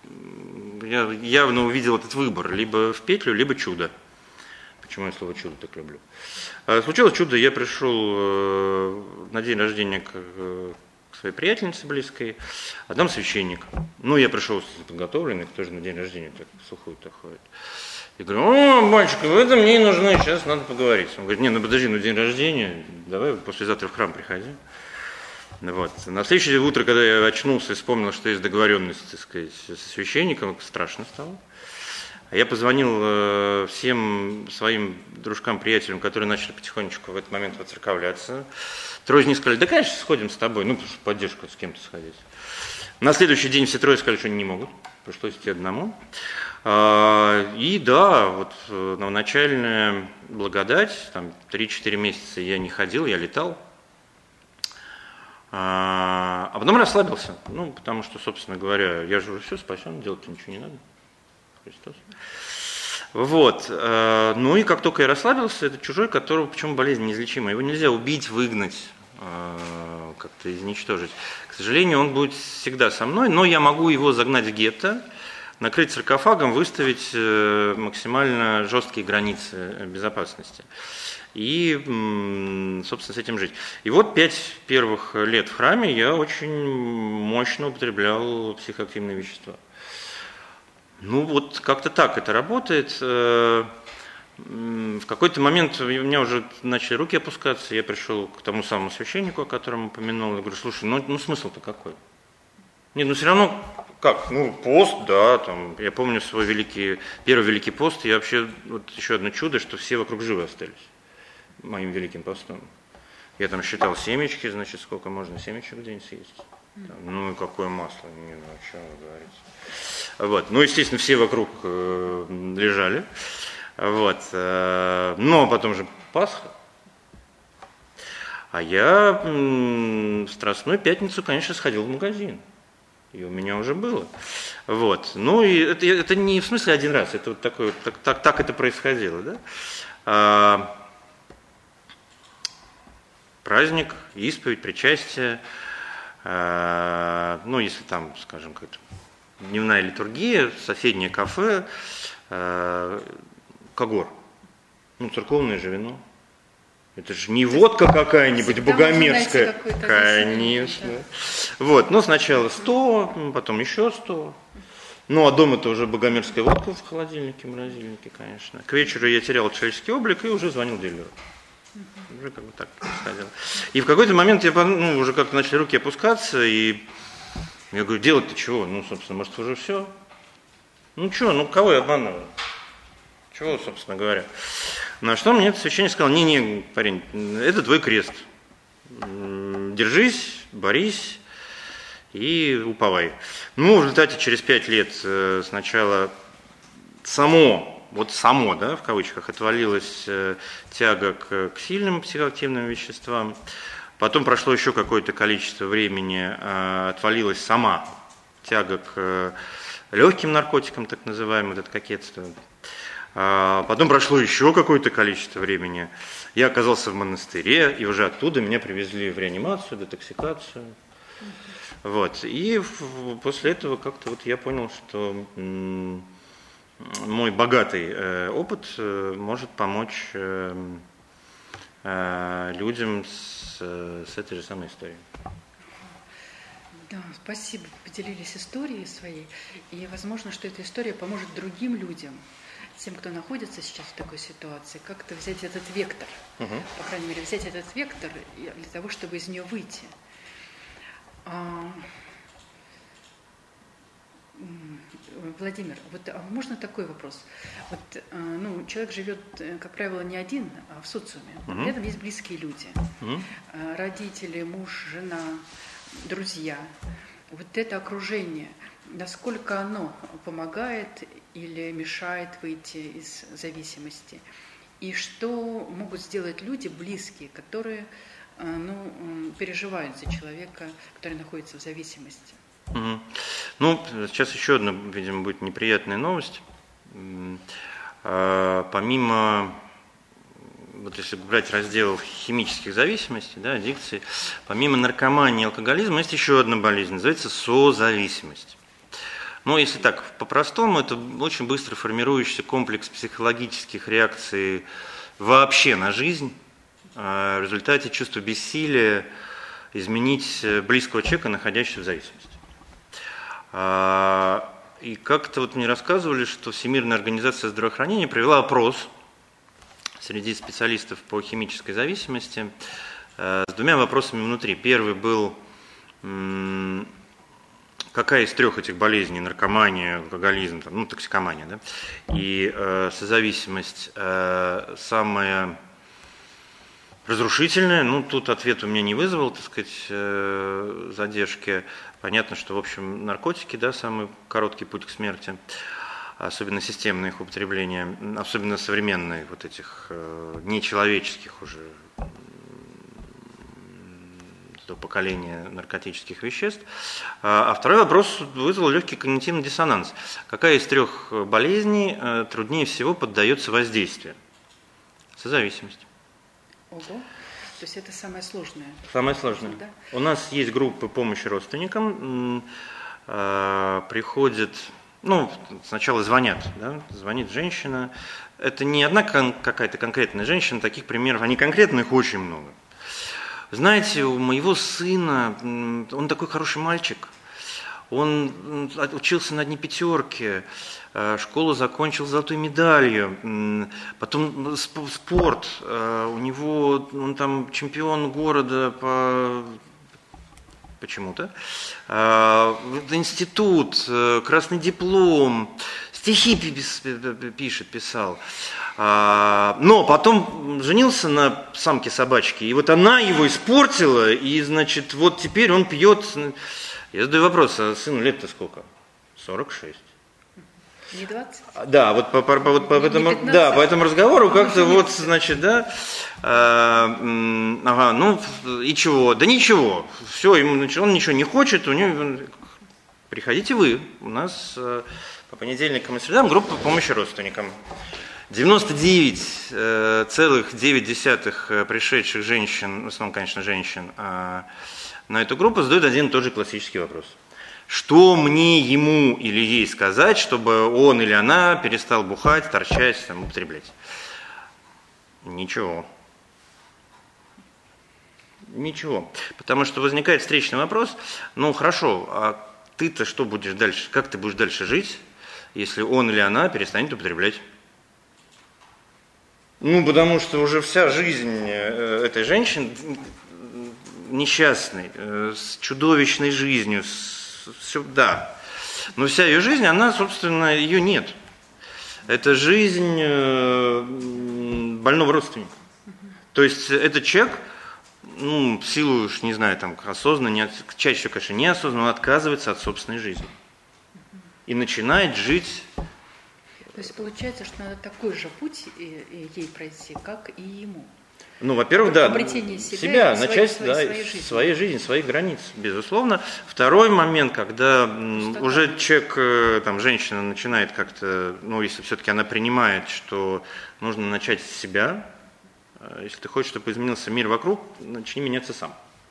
я явно увидел этот выбор, либо в петлю, либо чудо. Почему я слово «чудо» так люблю? Случилось чудо, я пришел на день рождения к своей приятельнице близкой, а там священник. Ну, я пришел подготовленный, кто же на день рождения так сухой-то ходит. Я говорю: о, батюшка, вы это мне и нужны, сейчас надо поговорить. Он говорит: не, ну подожди, ну день рождения, давай послезавтра в храм приходи. Вот. На следующее утро, когда я очнулся и вспомнил, что есть договоренность, так сказать, со священником, страшно стало. Я позвонил э, всем своим дружкам, приятелям, которые начали потихонечку в этот момент воцерковляться. Трое из них сказали: да, конечно, сходим с тобой, ну, потому что поддержку с кем-то сходить. На следующий день все трое сказали, что они не могут, пришлось идти одному. А, и да, вот новоначальная благодать, там три-четыре месяца я не ходил, я летал. А, а потом расслабился, ну, потому что, собственно говоря, я же уже все спасен, делать-то ничего не надо. Христос. Вот. Ну и как только я расслабился, это чужой, которого, почему болезнь неизлечима, его нельзя убить, выгнать, как-то изничтожить. К сожалению, он будет всегда со мной, но я могу его загнать в гетто, накрыть саркофагом, выставить максимально жесткие границы безопасности. И, собственно, с этим жить. И вот пять первых лет в храме я очень мощно употреблял психоактивные вещества. Ну, вот как-то так это работает. В какой-то момент у меня уже начали руки опускаться, я пришел к тому самому священнику, о котором упомянул, и говорю, слушай, ну, ну смысл-то какой? Нет, ну все равно, как, ну пост, да, там, я помню свой великий, первый великий пост, и вообще, вот еще одно чудо, что все вокруг живы остались моим великим постом. Я там считал семечки, значит, сколько можно семечек в день съесть. Там, ну и какое масло, не знаю, о чем вы говорите. Вот. Ну, естественно, все вокруг э, лежали. Вот. Э, но потом же Пасха. А я м, в Страстную Пятницу, конечно, сходил в магазин. И у меня уже было. Вот. Ну, и это, это не в смысле один раз, это вот такое, так, так, так это происходило, да? А, праздник, исповедь, причастие, а, ну, если там, скажем, какая-то дневная литургия, соседнее кафе, а, когор, ну, церковное же вино. Это же не водка какая-нибудь богомерзкая. Конечно. Да. Вот, ну, сначала сто, потом еще сто. Ну, а дома-то уже богомерзкая водка в холодильнике, морозильнике, конечно. К вечеру я терял человеческий облик и уже звонил дилеру. Uh-huh. Уже как бы так происходило. И в какой-то момент я, ну, уже как-то начали руки опускаться, и я говорю, делать-то чего? Ну, собственно, может, уже все? Ну, что, ну, кого я обманываю? Чего, собственно говоря? На что мне этот священник сказал, не-не, парень, это твой крест. Держись, борись и уповай. Ну, в результате через пять лет сначала само, вот само, да, в кавычках, отвалилась тяга к, к сильным психоактивным веществам. Потом прошло еще какое-то количество времени, отвалилась сама тяга к легким наркотикам, так называемым, вот это кокетство. Потом прошло еще какое-то количество времени. Я оказался в монастыре, и уже оттуда меня привезли в реанимацию, детоксикацию. Mm-hmm. Вот. И после этого как-то вот я понял, что м- мой богатый э, опыт э, может помочь э, э, людям с, с этой же самой историей. Да, спасибо, поделились историей своей, и возможно, что эта история поможет другим людям, тем, кто находится сейчас в такой ситуации, как-то взять этот вектор, угу. по крайней мере, взять этот вектор для того, чтобы из нее выйти. А, Владимир, вот а можно такой вопрос? Вот, ну, человек живет, как правило, не один, а в социуме. Угу. При этом есть близкие люди, угу. родители, муж, жена, друзья. Вот это окружение, насколько оно помогает или мешает выйти из зависимости? И что могут сделать люди близкие, которые ну, переживают за человека, который находится в зависимости? Угу. Ну, сейчас еще одна, видимо, будет неприятная новость. Помимо, вот если брать раздел химических зависимостей, да, аддикции, помимо наркомании и алкоголизма, есть еще одна болезнь, называется созависимость. Но если так, по-простому, это очень быстро формирующийся комплекс психологических реакций вообще на жизнь, в результате чувства бессилия изменить близкого человека, находящегося в зависимости. И как-то вот мне рассказывали, что Всемирная организация здравоохранения провела опрос среди специалистов по химической зависимости с двумя вопросами внутри. Первый был, какая из трех этих болезней, наркомания, алкоголизм, ну, токсикомания, да, и э, созависимость э, самая разрушительная. Ну, тут ответ у меня не вызвал, так сказать, э, задержки. Понятно, что, в общем, наркотики, да, самый короткий путь к смерти, особенно системное их употребление, особенно современные вот этих э, нечеловеческих уже до поколения наркотических веществ. А второй вопрос вызвал легкий когнитивный диссонанс. Какая из трех болезней труднее всего поддается воздействию? Созависимость. Ого. То есть это самое сложное. Самое сложное. Да? У нас есть группы помощи родственникам. Приходит, ну, сначала звонят, да? Звонит женщина. Это не одна какая-то конкретная женщина, таких примеров, они конкретно, их очень много. Знаете, у моего сына, он такой хороший мальчик, он учился на одни пятерки, школу закончил золотой медалью, потом спорт, у него, он там чемпион города по почему-то, институт, красный диплом, стихи пишет, писал. Но потом женился на самке-собачке, и вот она его испортила, и, значит, вот теперь он пьет. Я задаю вопрос, а сыну лет-то сколько? сорок шесть. Не двадцать? Да, вот по, по, по, по, этому, да, по этому разговору как-то вот, значит, да, а, ага, ну и чего? Да ничего, все, ему, он ничего не хочет, у него, приходите вы, у нас по понедельникам и средам группа помощи родственникам. девяносто девять целых девять десятых пришедших женщин, в основном, конечно, женщин, на эту группу задают один и тот же классический вопрос. Что мне ему или ей сказать, чтобы он или она перестал бухать, торчать, там, употреблять? Ничего. Ничего. Потому что возникает встречный вопрос, ну хорошо, а ты-то что будешь дальше, как ты будешь дальше жить, если он или она перестанет употреблять? Ну, потому что уже вся жизнь этой женщины несчастной, с чудовищной жизнью, с все, да. Но вся ее жизнь, она, собственно, ее нет. Это жизнь больного родственника. То есть этот человек, ну, в силу, не знаю, там, осознанно, не, чаще всего, конечно, неосознанно, он отказывается от собственной жизни. И начинает жить. То есть получается, что надо такой же путь ей пройти, как и ему. Ну, во-первых, да, обретение себя, себя своей, начать своей, да, своей жизни. своей жизни, своих границ, безусловно. Второй момент, когда что уже там? человек, там, женщина начинает как-то, ну, если все-таки она принимает, что нужно начать с себя, если ты хочешь, чтобы изменился мир вокруг, начни меняться сам.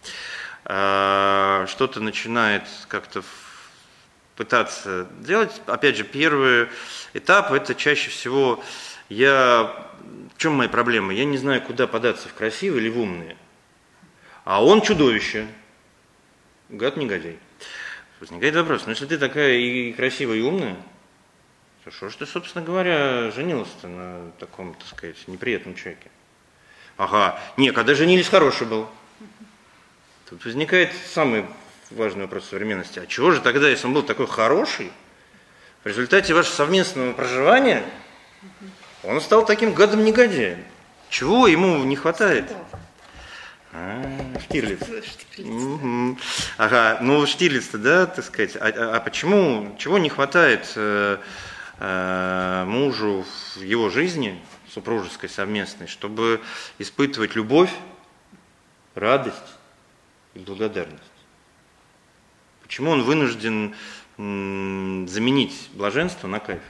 Что-то начинает как-то пытаться делать. Опять же, первый этап – это чаще всего я... В чем мои проблемы? Я не знаю, куда податься, в красивые или в умные. А он чудовище. Гад-негодяй. Возникает вопрос, ну если ты такая и красивая, и умная, то что ж ты, собственно говоря, женилась-то на таком, так сказать, неприятном человеке? Ага, не, когда женились, хороший был. Тут возникает самый важный вопрос современности. А чего же тогда, если он был такой хороший, в результате вашего совместного проживания он стал таким гадом-негодяем? Чего ему не хватает? А, Штирлиц. Угу. Ага, ну Штирлиц-то, да, так сказать. А, а почему, чего не хватает э, э, мужу в его жизни, супружеской, совместной, чтобы испытывать любовь, радость и благодарность? Почему он вынужден м, заменить блаженство на кайф?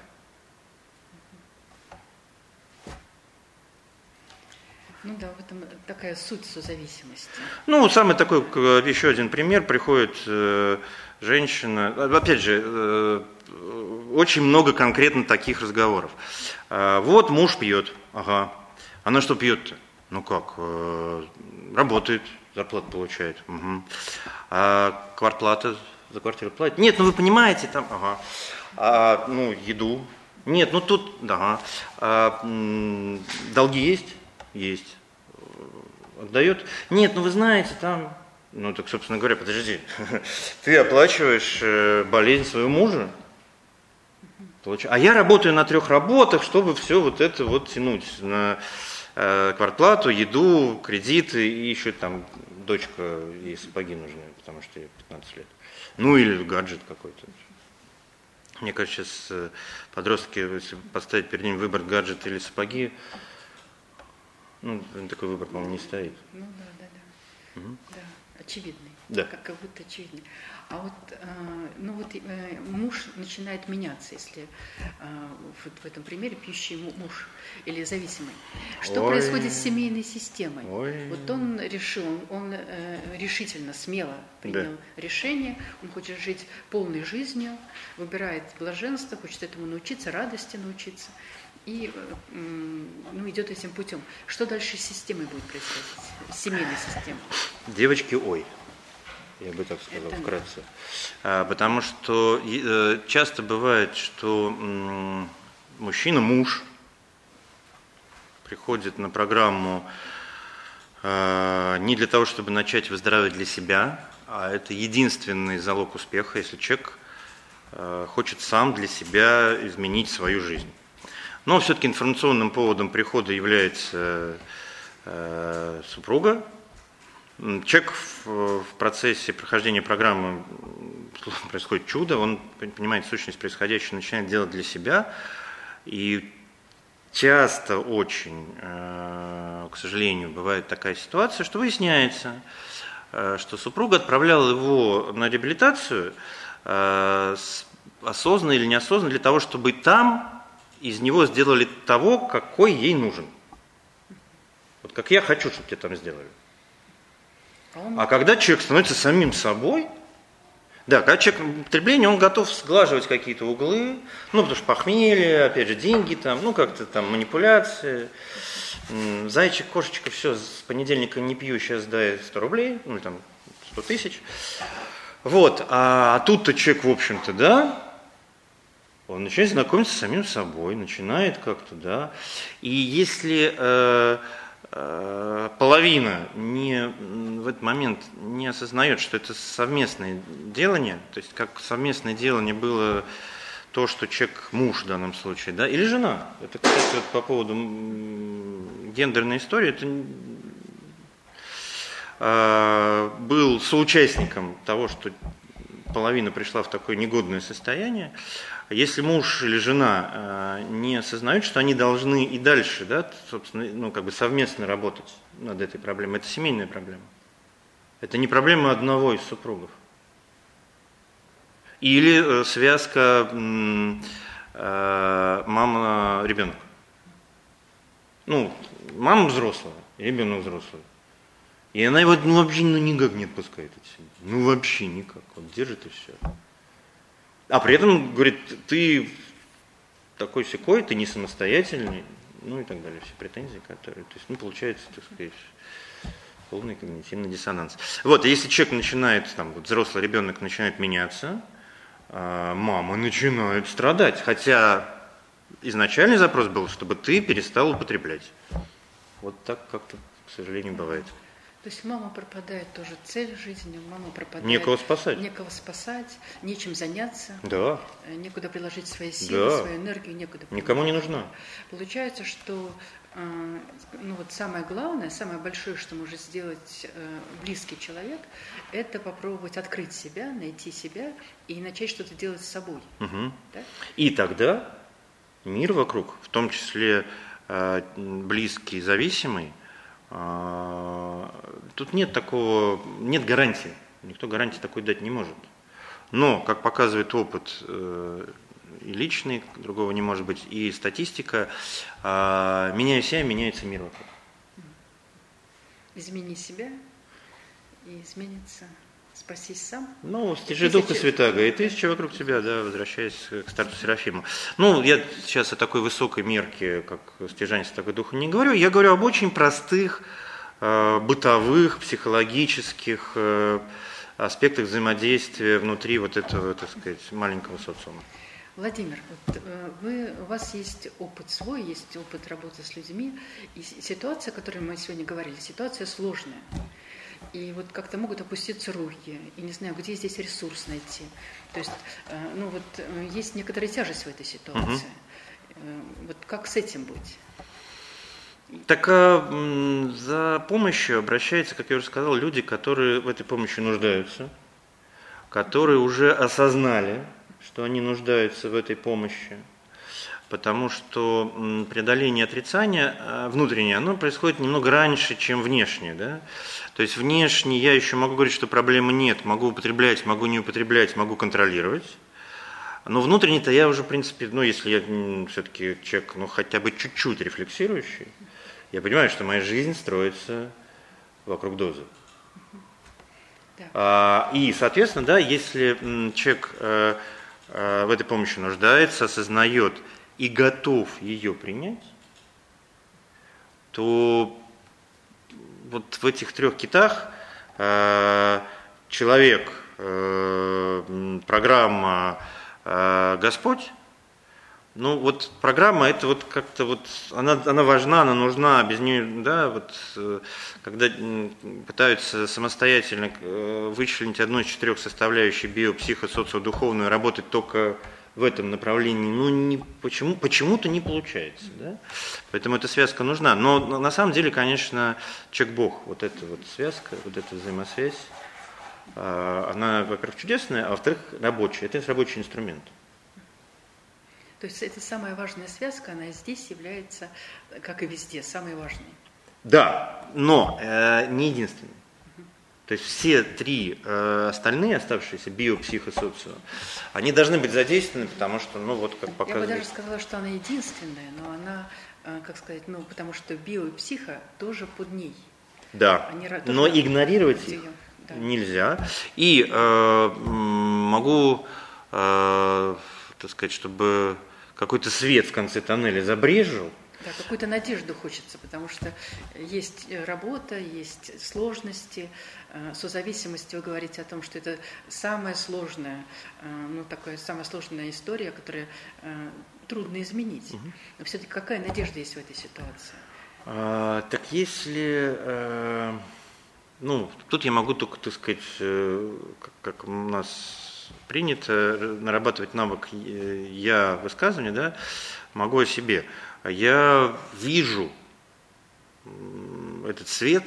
Ну да, в этом такая суть созависимости. Ну, самый такой, еще один пример, приходит э, женщина, опять же, э, очень много конкретно таких разговоров. Э, вот муж пьет, ага, она что пьет-то? Ну как, э, работает, зарплату получает, угу. А квартплата за квартиру платит? Нет, ну вы понимаете, там, ага, а, ну еду, нет, ну тут, да, а, м, долги есть? Есть. Отдает? Нет, ну вы знаете, там... Ну так, собственно говоря, подожди. Ты оплачиваешь болезнь своего мужа? А я работаю на трех работах, чтобы все вот это вот тянуть. На квартплату, еду, кредиты и еще там дочка и сапоги нужны, потому что ей пятнадцать лет. Ну или гаджет какой-то. Мне кажется, сейчас подростки, если поставить перед ним выбор гаджет или сапоги, ну, такой выбор, по-моему, не стоит. Ну да, да, да. Угу. Да, очевидный. Да. Как, как будто очевидный. А вот, э, ну вот э, муж начинает меняться, если э, вот в этом примере пьющий муж или зависимый. Что Ой. происходит с семейной системой? Ой. Вот он решил, он э, решительно, смело принял да. решение, он хочет жить полной жизнью, выбирает блаженство, хочет этому научиться, радости научиться. И ну, идет этим путем. Что дальше с системой будет происходить, с семейной системой? Девочки, ой. я бы так сказал, Это вкратце. А, потому что э, часто бывает, что м, мужчина, муж, приходит на программу э, не для того, чтобы начать выздоравливать для себя, а это единственный залог успеха, если человек э, хочет сам для себя изменить свою жизнь. Но все-таки информационным поводом прихода является э, супруга. Человек в, в процессе прохождения программы происходит чудо, он понимает сущность происходящего, начинает делать для себя. И часто очень, э, к сожалению, бывает такая ситуация, что выясняется, э, что супруга отправляла его на реабилитацию э, осознанно или неосознанно для того, чтобы там из него сделали того, какой ей нужен. Вот как я хочу, чтобы тебе там сделали. А когда человек становится самим собой, да, когда человек в употреблении, он готов сглаживать какие-то углы, ну, потому что похмелье, опять же, деньги там, ну, как-то там манипуляции, зайчик, кошечка, все, с понедельника не пью, сейчас дай сто рублей, ну, там, сто тысяч. Вот, а, а тут-то человек, в общем-то, да, он начинает знакомиться с самим собой, начинает как-то, да, и если э, э, половина не, в этот момент не осознает, что это совместное делание, то есть как совместное делание было то, что человек, муж в данном случае, да, или жена, это, кстати, вот по поводу гендерной истории, это э, был соучастником того, что половина пришла в такое негодное состояние. Если муж или жена э, не осознают, что они должны и дальше, да, собственно, ну, как бы совместно работать над этой проблемой, это семейная проблема. Это не проблема одного из супругов. Или э, связка э, э, мама-ребенок. Ну, мама взрослая, ребенок взрослый. И она его ну, вообще ну, никак не отпускает от себя. Ну вообще никак. Он держит и все. А при этом говорит, ты такой-сякой, ты не самостоятельный, ну и так далее. Все претензии, которые... То есть, ну, получается, так сказать, полный когнитивный диссонанс. Вот, и если человек начинает, там, вот, взрослый ребенок начинает меняться, а мама начинает страдать. Хотя изначальный запрос был, чтобы ты перестал употреблять. Вот так как-то, к сожалению, бывает. То есть мама пропадает тоже цель жизни, мама пропадает... Некого спасать. Некого спасать, нечем заняться. Да. Некуда приложить свои силы, да. свою энергию, некуда... Никому не нужна. Получается, что ну, вот самое главное, самое большое, что может сделать близкий человек, это попробовать открыть себя, найти себя и начать что-то делать с собой. Угу. Да? И тогда мир вокруг, в том числе близкий, зависимый, тут нет такого, нет гарантии, никто гарантии такой дать не может. Но, как показывает опыт и личный, другого не может быть, и статистика, меняя себя, меняется мир вокруг. Измени себя, и изменится, спасись сам. Ну, стяжи Духа Святаго, и тысяча вокруг тебя, да, возвращаясь к старцу Серафиму. Ну, я сейчас о такой высокой мерке, как стяжание Святаго Духа, не говорю, я говорю об очень простых, э, бытовых, психологических э, аспектах взаимодействия внутри вот этого, так сказать, маленького социума. Владимир, вот вы, у вас есть опыт свой, есть опыт работы с людьми, и ситуация, о которой мы сегодня говорили, ситуация сложная. И вот как-то могут опуститься руки, и не знаю, где здесь ресурс найти. То есть, ну вот, есть некоторая тяжесть в этой ситуации. Угу. Вот как с этим быть? Так а, за помощью обращаются, как я уже сказал, люди, которые в этой помощи нуждаются, которые уже осознали, что они нуждаются в этой помощи, потому что преодоление отрицания внутреннее, оно происходит немного раньше, чем внешнее. Да? То есть внешне я еще могу говорить, что проблемы нет, могу употреблять, могу не употреблять, могу контролировать. Но внутренне-то я уже, в принципе, ну, если я все-таки человек, ну, хотя бы чуть-чуть рефлексирующий, я понимаю, что моя жизнь строится вокруг дозы. Да. И, соответственно, да, если человек в этой помощи нуждается, осознает и готов ее принять, то вот в этих трех китах человек человек, программа Господь. Ну вот программа это вот как-то вот она, она важна, она нужна, без нее, да, вот когда пытаются самостоятельно вычленить одну из четырех составляющих био, психо, социо-духовную, работать только в этом направлении, ну не, почему, почему-то не получается, да? Поэтому эта связка нужна. Но на самом деле, конечно, человек-бог, вот эта вот связка, вот эта взаимосвязь, она, во-первых, чудесная, а во-вторых, рабочая. Это рабочий инструмент. То есть это самая важная связка, она здесь является, как и везде, самой важной. Да, но э, не единственной. Угу. То есть все три э, остальные оставшиеся, био, психо, социо, они должны быть задействованы, потому что, ну вот как показывает... Я бы даже сказала, что она единственная, но она, э, как сказать, ну потому что био и психо тоже под ней. Да, они но игнорировать их да. нельзя. И э, могу, э, так сказать, чтобы... какой-то свет в конце тоннеля забрежил. Да, какую-то надежду хочется, потому что есть работа, есть сложности, созависимости. Вы говорите о том, что это самая сложная, ну, такая самая сложная история, которую трудно изменить. Угу. Но все-таки какая надежда есть в этой ситуации? А, так если... А, ну, тут я могу только, так сказать, как, как у нас... принято нарабатывать навык я высказывания, да, могу о себе. Я вижу этот свет,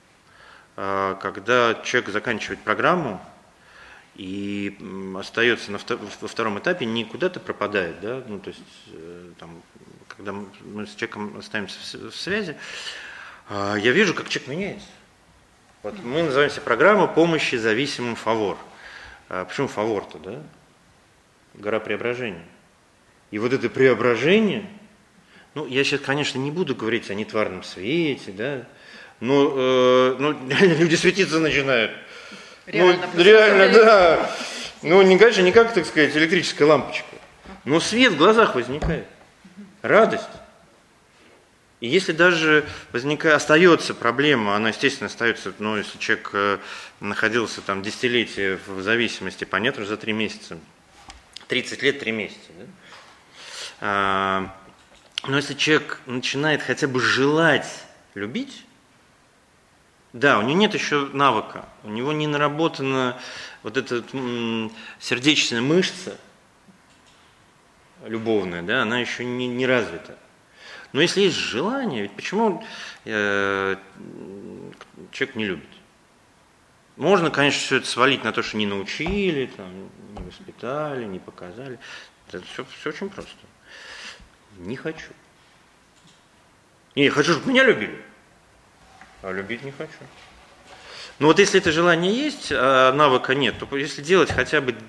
когда человек заканчивает программу и остается на втор- во втором этапе, не куда-то пропадает, да, ну, то есть, там, когда мы с человеком остаемся в связи, я вижу, как человек меняется. Вот мы называемся программа помощи зависимым фавор. А почему фавор-то, да? Гора преображения. И вот это преображение, ну, я сейчас, конечно, не буду говорить о нетварном свете, да, но э, ну, люди светиться начинают. Реально, ну, реально, да. Ну, не, конечно, не как, так сказать, электрическая лампочка, но свет в глазах возникает, радость. И если даже возникает, остается проблема, она, естественно, остается, ну, если человек э, находился там десятилетия в зависимости, понятно, за три месяца, тридцать лет, три месяца, да? а, но если человек начинает хотя бы желать любить, да, у него нет еще навыка, у него не наработана вот эта м- сердечная мышца любовная, да, она еще не, не развита. Но если есть желание, ведь почему э, человек не любит? Можно, конечно, все это свалить на то, что не научили, там, не воспитали, не показали. Это все, все очень просто. Не хочу. Не, я хочу, чтобы меня любили, а любить не хочу. Но вот если это желание есть, а навыка нет, то если делать хотя бы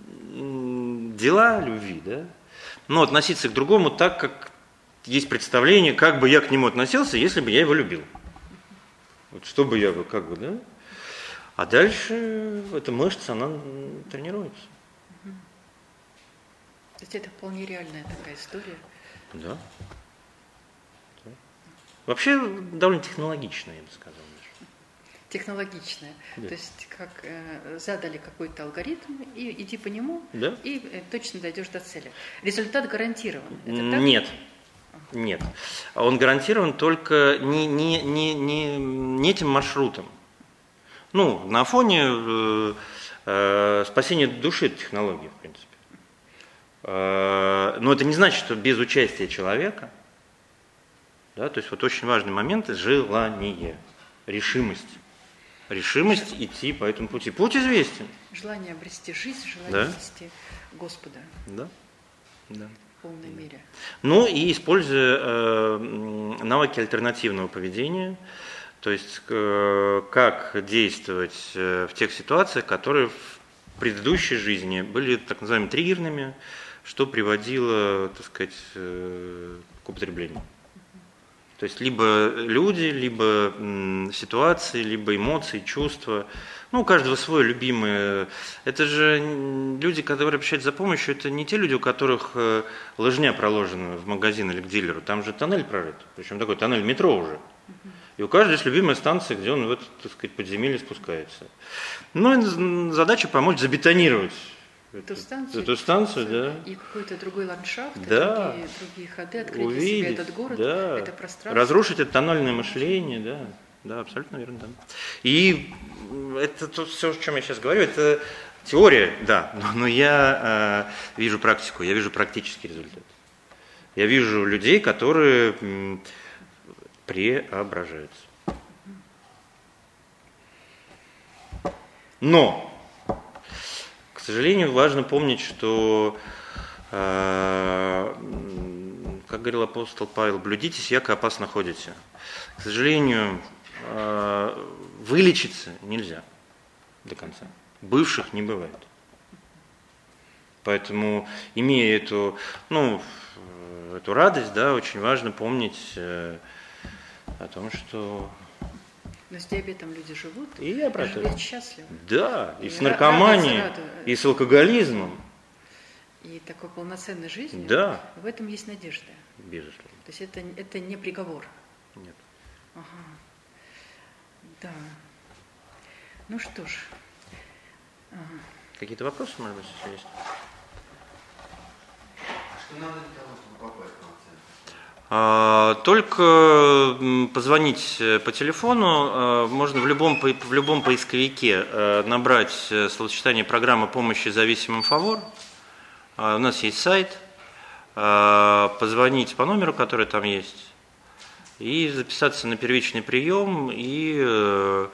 дела любви, да, но относиться к другому так, как есть представление, как бы я к нему относился, если бы я его любил. Вот что бы я бы, как бы, да? А дальше эта мышца, она тренируется. То есть это вполне реальная такая история. Да. да. Вообще довольно технологичная, я бы сказал. Технологичная. Да. То есть как э, задали какой-то алгоритм, и иди по нему, да. и э, точно дойдешь до цели. Результат гарантирован. Это так? Нет. Нет. Он гарантирован только не, не, не, не, не этим маршрутом. Ну, на фоне э, э, спасения души это технология, в принципе. Э, но это не значит, что без участия человека, да, то есть вот очень важный момент – желание, решимость. Решимость Ж... идти по этому пути. Путь известен. Желание обрести жизнь, желание да? обрести Господа. Да. Да. В полной мере. Ну и используя э, навыки альтернативного поведения, то есть э, как действовать э, в тех ситуациях, которые в предыдущей жизни были так называемыми триггерными, что приводило, так сказать, э, к употреблению. То есть либо люди, либо м, ситуации, либо эмоции, чувства. Ну, у каждого свое любимое. Это же люди, которые обращаются за помощью, это не те люди, у которых э, лыжня проложена в магазин или к дилеру. Там же тоннель прорыт. Причем такой тоннель метро уже. И у каждого есть любимая станция, где он в это, так сказать, подземелье спускается. Ну, задача помочь забетонировать эту станцию, эту станцию, да. И какой-то другой ландшафт, да. другие, другие ходы, открыть Увидеть, для себя этот город, да. это пространство. Разрушить это тоннельное мышление, да. Да, абсолютно верно, да. И это то, все, о чем я сейчас говорю, это теория, да, но, но я э, вижу практику, я вижу практический результат. Я вижу людей, которые м, преображаются. Но, к сожалению, важно помнить, что, э, как говорил апостол Павел, блюдитесь, яко опасно ходите. К сожалению, э, вылечиться нельзя до конца. Бывших не бывает. Поэтому, имея эту, ну, эту радость, да, очень важно помнить э, о том, что... Но с диабетом люди живут, и я про живут счастливы. Да, и, и с ра- наркоманией, радуется, и с алкоголизмом. И такой полноценной жизнью, да. В этом есть надежда. Безусловно. То есть это, это не приговор. Нет. Ага. Да. Ну что ж. Ага. Какие-то вопросы, может быть, если есть? Что надо для того, чтобы попасть на центр? А, только позвонить по телефону, можно в любом, в любом поисковике набрать словосочетание программы помощи зависимым «Фавор». У нас есть сайт, позвонить по номеру, который там есть, и записаться на первичный прием, и,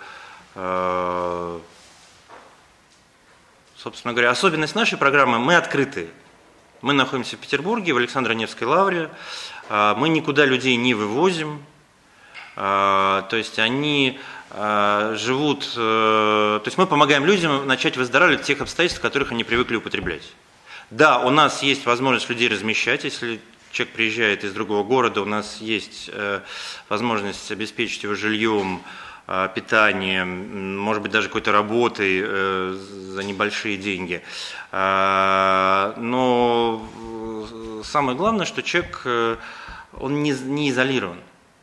собственно говоря, особенность нашей программы – мы открыты. Мы находимся в Петербурге, в Александро-Невской лавре. Мы никуда людей не вывозим. То есть они живут... То есть мы помогаем людям начать выздоравливать в тех обстоятельствах, в которых они привыкли употреблять. Да, у нас есть возможность людей размещать. Если человек приезжает из другого города, у нас есть возможность обеспечить его жильем, питанием, может быть, даже какой-то работой э, за небольшие деньги. А, но самое главное, что человек, э, он не, не изолирован.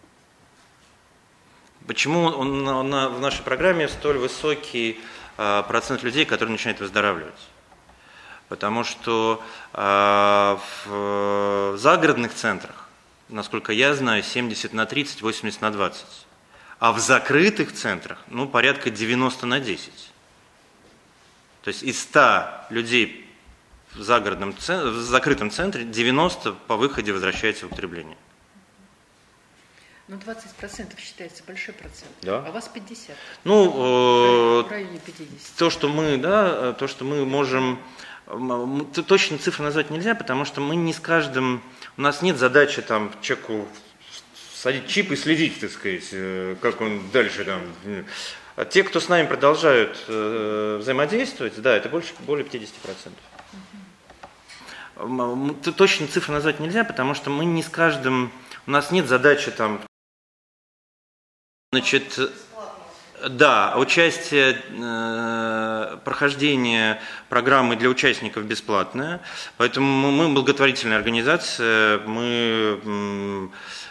Почему он, он, в нашей программе столь высокий э, процент людей, которые начинают выздоравливать? Потому что э, в загородных центрах, насколько я знаю, семьдесят на тридцать, восемьдесят на двадцать. А в закрытых центрах, ну, порядка девяносто на десять. То есть из ста людей в, загородном, в закрытом центре девяносто по выходе возвращается в употребление. Ну, двадцать процентов считается большой процент, да. А у вас пятьдесят процентов. Ну, в районе пятидесяти. То, что мы, да, то, что мы можем... Точно цифры назвать нельзя, потому что мы не с каждым... У нас нет задачи там человеку... садить чип и следить, так сказать, как он дальше там. А те, кто с нами продолжают э, взаимодействовать, да, это больше, более пятьдесят процентов. Угу. Точно цифры назвать нельзя, потому что мы не с каждым, у нас нет задачи там, значит, да, участие, э, прохождение программы для участников бесплатное, поэтому мы благотворительная организация, мы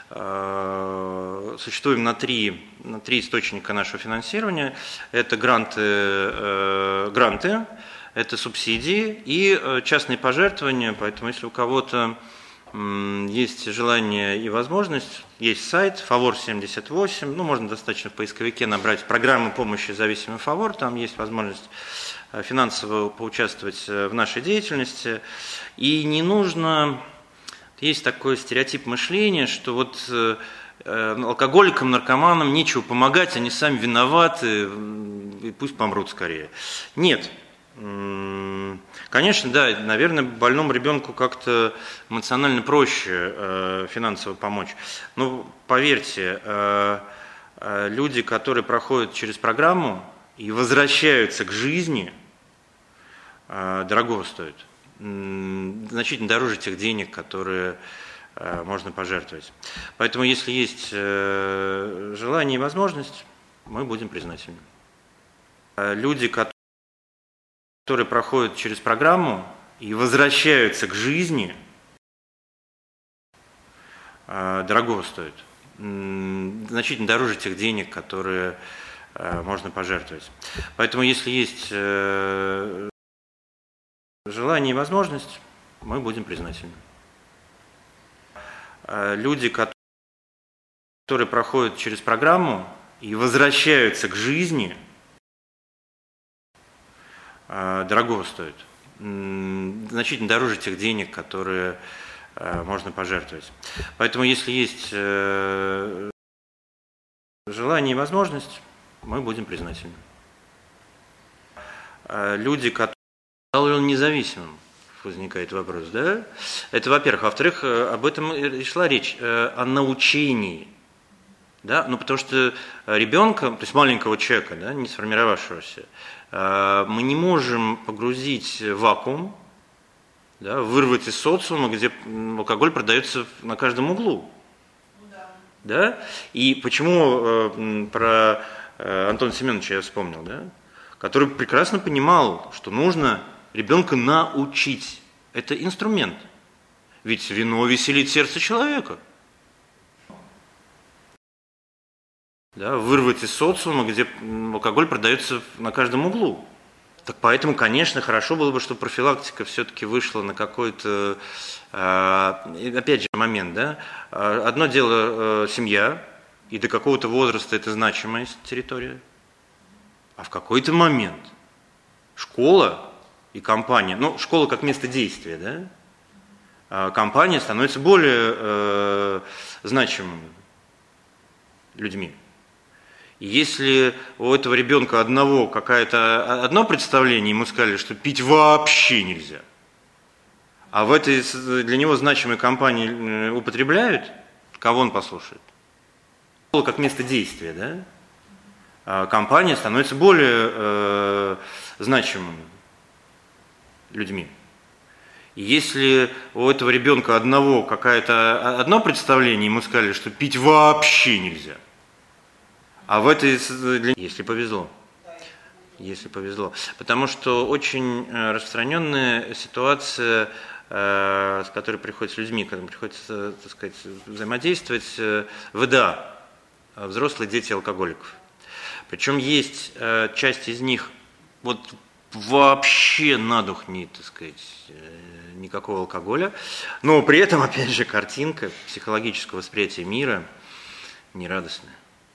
э, существуем на три, на три источника нашего финансирования. Это гранты, э, гранты, это субсидии и э, частные пожертвования. Поэтому если у кого-то э, есть желание и возможность, есть сайт Фавор семьдесят восемь, ну, можно достаточно в поисковике набрать программу помощи зависимым Фавор, там есть возможность финансово поучаствовать в нашей деятельности. И не нужно... Есть такой стереотип мышления, что вот э, алкоголикам, наркоманам нечего помогать, они сами виноваты, и пусть помрут скорее. Нет. Конечно, да, наверное, больному ребенку как-то эмоционально проще э, финансово помочь. Но поверьте, э, э, люди, которые проходят через программу и возвращаются к жизни, э, дорого стоят. Значительно дороже тех денег, которые э, можно пожертвовать. Поэтому, если есть э, желание и возможность, мы будем признательны. Люди, которые проходят через программу и возвращаются к жизни, э, дорого стоят. значительно дороже тех денег, которые можно пожертвовать. Поэтому, если есть желание и возможность, мы будем признательны. Люди, которые проходят через программу и возвращаются к жизни, дорого стоят. Значительно дороже тех денег, которые можно пожертвовать. Поэтому, если есть желание и возможность, мы будем признательны. Люди, которые стал ли он независимым, возникает вопрос, да? Это, во-первых. Во-вторых, об этом и шла речь, о научении. Да? Ну, потому что ребенка, то есть маленького человека, да, не сформировавшегося, мы не можем погрузить в вакуум, да, вырвать из социума, где алкоголь продается на каждом углу. Да. Да? И почему э, про э, Антона Семеновича я вспомнил, да? Который прекрасно понимал, что нужно ребенка научить. Это инструмент. Ведь вино веселит сердце человека. Да, вырвать из социума, где алкоголь продается на каждом углу. Так поэтому, конечно, хорошо было бы, чтобы профилактика все-таки вышла на какой-то, э, опять же, момент. Да? Одно дело э, семья, и до какого-то возраста это значимая территория. А в какой-то момент школа и компания, ну, школа как место действия, да? А компания становится более э, значимыми людьми. И если у этого ребенка одного какое-то одно представление, ему сказали, что пить вообще нельзя, а в этой для него значимой компании употребляют, кого он послушает? Школа как место действия, да? А компания становится более э, значимыми людьми. И если у этого ребенка одного какое-то одно представление, ему сказали, что пить вообще нельзя, а в этой, если повезло, если повезло, потому что очень распространенная ситуация, с которой приходится людьми, когда приходится, так сказать, взаимодействовать, ВДА, взрослые дети алкоголиков. Причем есть часть из них вот вообще на дух не, так сказать, никакого алкоголя, но при этом, опять же, картинка психологического восприятия мира нерадостная.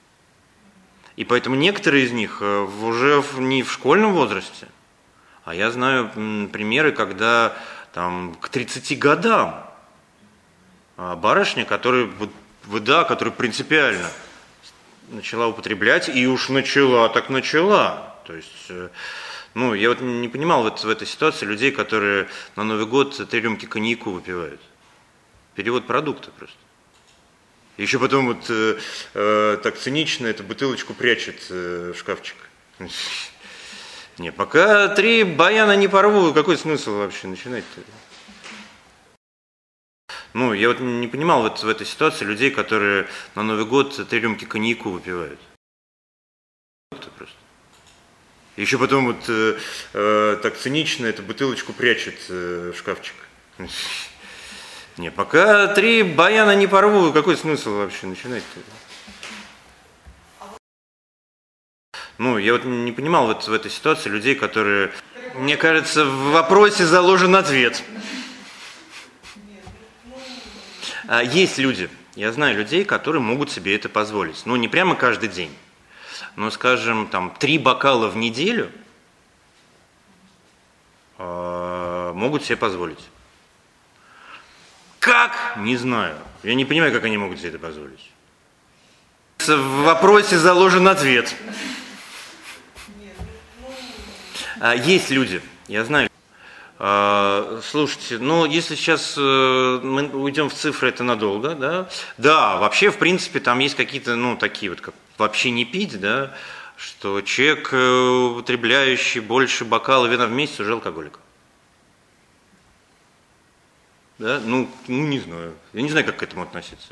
И поэтому некоторые из них уже не в школьном возрасте, а я знаю примеры, когда там, к тридцати годам барышня, которая, да, которая принципиально начала употреблять, и уж начала, так начала. То есть, ну, я вот не понимал вот в этой ситуации людей, которые на Новый год три рюмки коньяку выпивают. Перевод продукта просто. Еще потом вот э, э, так цинично эту бутылочку прячет э, в шкафчик. Не, пока три баяна не порву, какой смысл вообще начинать-то? Ну, я вот не понимал вот в этой ситуации людей, которые на Новый год три рюмки коньяку выпивают. Просто. Еще потом вот э, э, так цинично эту бутылочку прячет э, в шкафчик. Не, пока три баяна не порву, какой смысл вообще начинать-то? Ну, я вот не понимал вот в этой ситуации людей, которые... Мне кажется, в вопросе заложен ответ. Есть люди, я знаю людей, которые могут себе это позволить. Ну, не прямо каждый день, но, скажем, там, три бокала в неделю могут себе позволить. Как? Не знаю. Я не понимаю, как они могут себе это позволить. В вопросе заложен ответ. Есть люди, я знаю. Слушайте, ну, если сейчас мы уйдем в цифры, это надолго, да? Да, вообще, в принципе, там есть какие-то, ну, такие вот, как вообще не пить, да, что человек, употребляющий больше бокала вина в месяц, уже алкоголик. Да? Ну, ну, не знаю. Я не знаю, как к этому относиться.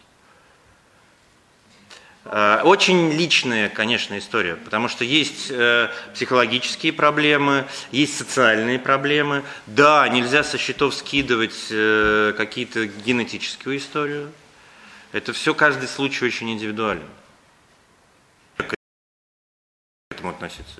Очень личная, конечно, история, потому что есть психологические проблемы, есть социальные проблемы. Да, нельзя со счетов скидывать какие-то генетическую историю. Это все, каждый случай очень индивидуален. К этому относиться.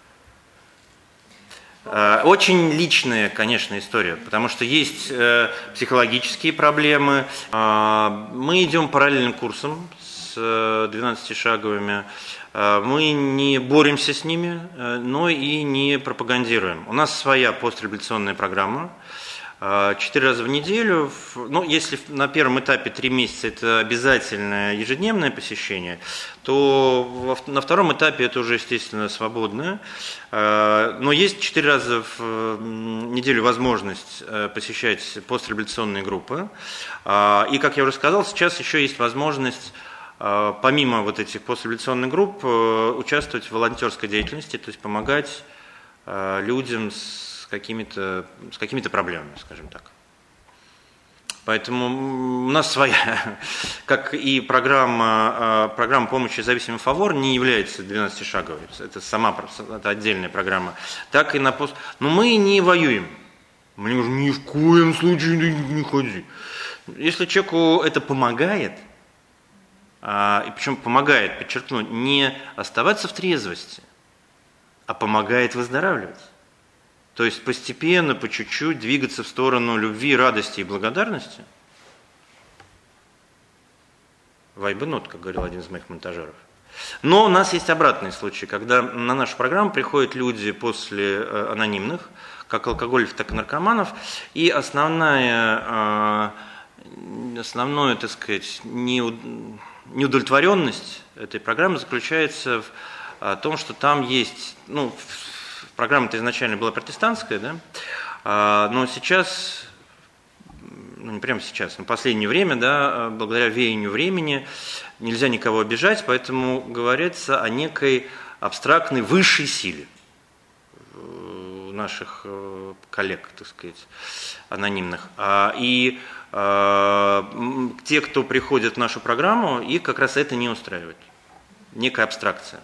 Очень личная, конечно, история, потому что есть психологические проблемы. Мы идем параллельным курсом с двенадцатишаговыми. Мы не боремся с ними, но и не пропагандируем. У нас своя постреволюционная программа. Четыре раза в неделю, ну, если на первом этапе три месяца это обязательное ежедневное посещение, то на втором этапе это уже, естественно, свободное. Но есть четыре раза в неделю возможность посещать постреволюционные группы. И, как я уже сказал, сейчас еще есть возможность, помимо вот этих постреволюционных групп, участвовать в волонтерской деятельности, то есть помогать людям с с какими-то, с какими-то проблемами, скажем так. Поэтому у нас своя, как и программа, программа помощи зависимым «Фавор» не является двенадцатишаговой, это сама, это отдельная программа, так и на пост... Но мы не воюем, мы не можем ни в коем случае не ходи. Если человеку это помогает, и причем помогает, подчеркну, не оставаться в трезвости, а помогает выздоравливать. То есть постепенно, по чуть-чуть двигаться в сторону любви, радости и благодарности. Вайбенот, как говорил один из моих монтажеров. Но у нас есть обратные случаи, когда на нашу программу приходят люди после анонимных, как алкоголиков, так и наркоманов, и основная, основная, так сказать, неудовлетворенность этой программы заключается в том, что там есть, ну, программа-то изначально была протестантская, да, но сейчас, ну не прямо сейчас, но в последнее время, да, благодаря веянию времени, нельзя никого обижать, поэтому говорится о некой абстрактной высшей силе наших коллег, так сказать, анонимных. И те, кто приходит в нашу программу, их как раз это не устраивает. Некая абстракция.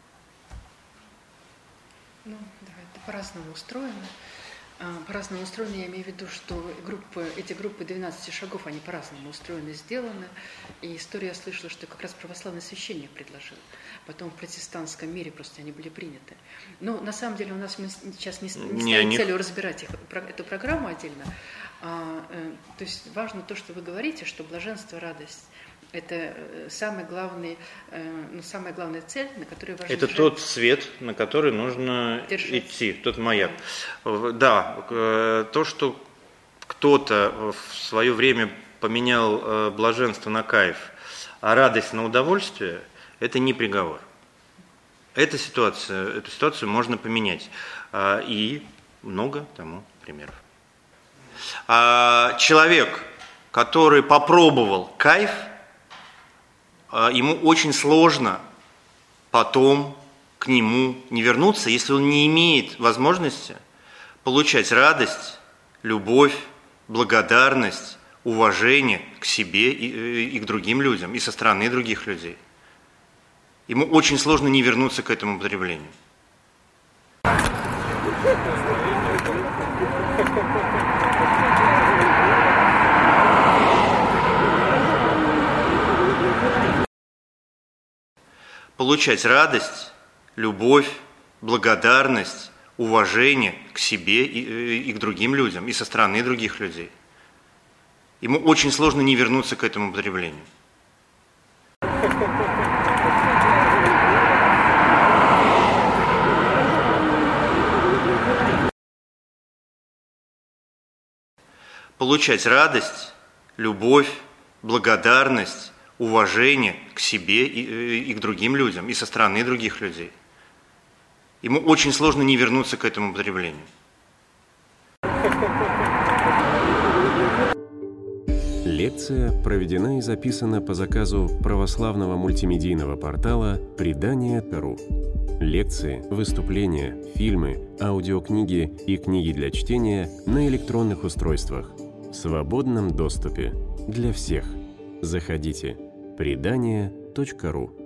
Ну, да, это по-разному устроено. По-разному устроены, я имею в виду, что группы, эти группы двенадцати шагов, они по-разному устроены, сделаны. И историю я слышала, что как раз православный священник предложил. Потом в протестантском мире просто они были приняты. Но на самом деле у нас мы сейчас не, не, не стоит они... целью разбирать их, эту программу отдельно. А, то есть важно то, что вы говорите, что блаженство, радость – это самый главный, ну, самая главная цель, на которую важно Это держать. тот свет, на который нужно держать. Идти, тот маяк. Да, то, что кто-то в свое время поменял блаженство на кайф, а радость на удовольствие, это не приговор. Эта ситуация, эту ситуацию можно поменять. И много тому примеров. Человек, который попробовал кайф, ему очень сложно потом к нему не вернуться, если он не имеет возможности получать радость, любовь, благодарность, уважение к себе и, и к другим людям, и со стороны других людей. Ему очень сложно не вернуться к этому употреблению. Получать радость, любовь, благодарность, уважение к себе и, и к другим людям, и со стороны других людей. Ему очень сложно не вернуться к этому употреблению. Получать радость, любовь, благодарность, уважение к себе и, и к другим людям, и со стороны других людей. Ему очень сложно не вернуться к этому употреблению. Лекция проведена и записана по заказу православного мультимедийного портала предания точка ру. Лекции, выступления, фильмы, аудиокниги и книги для чтения на электронных устройствах в свободном доступе для всех. Заходите. предания точка ру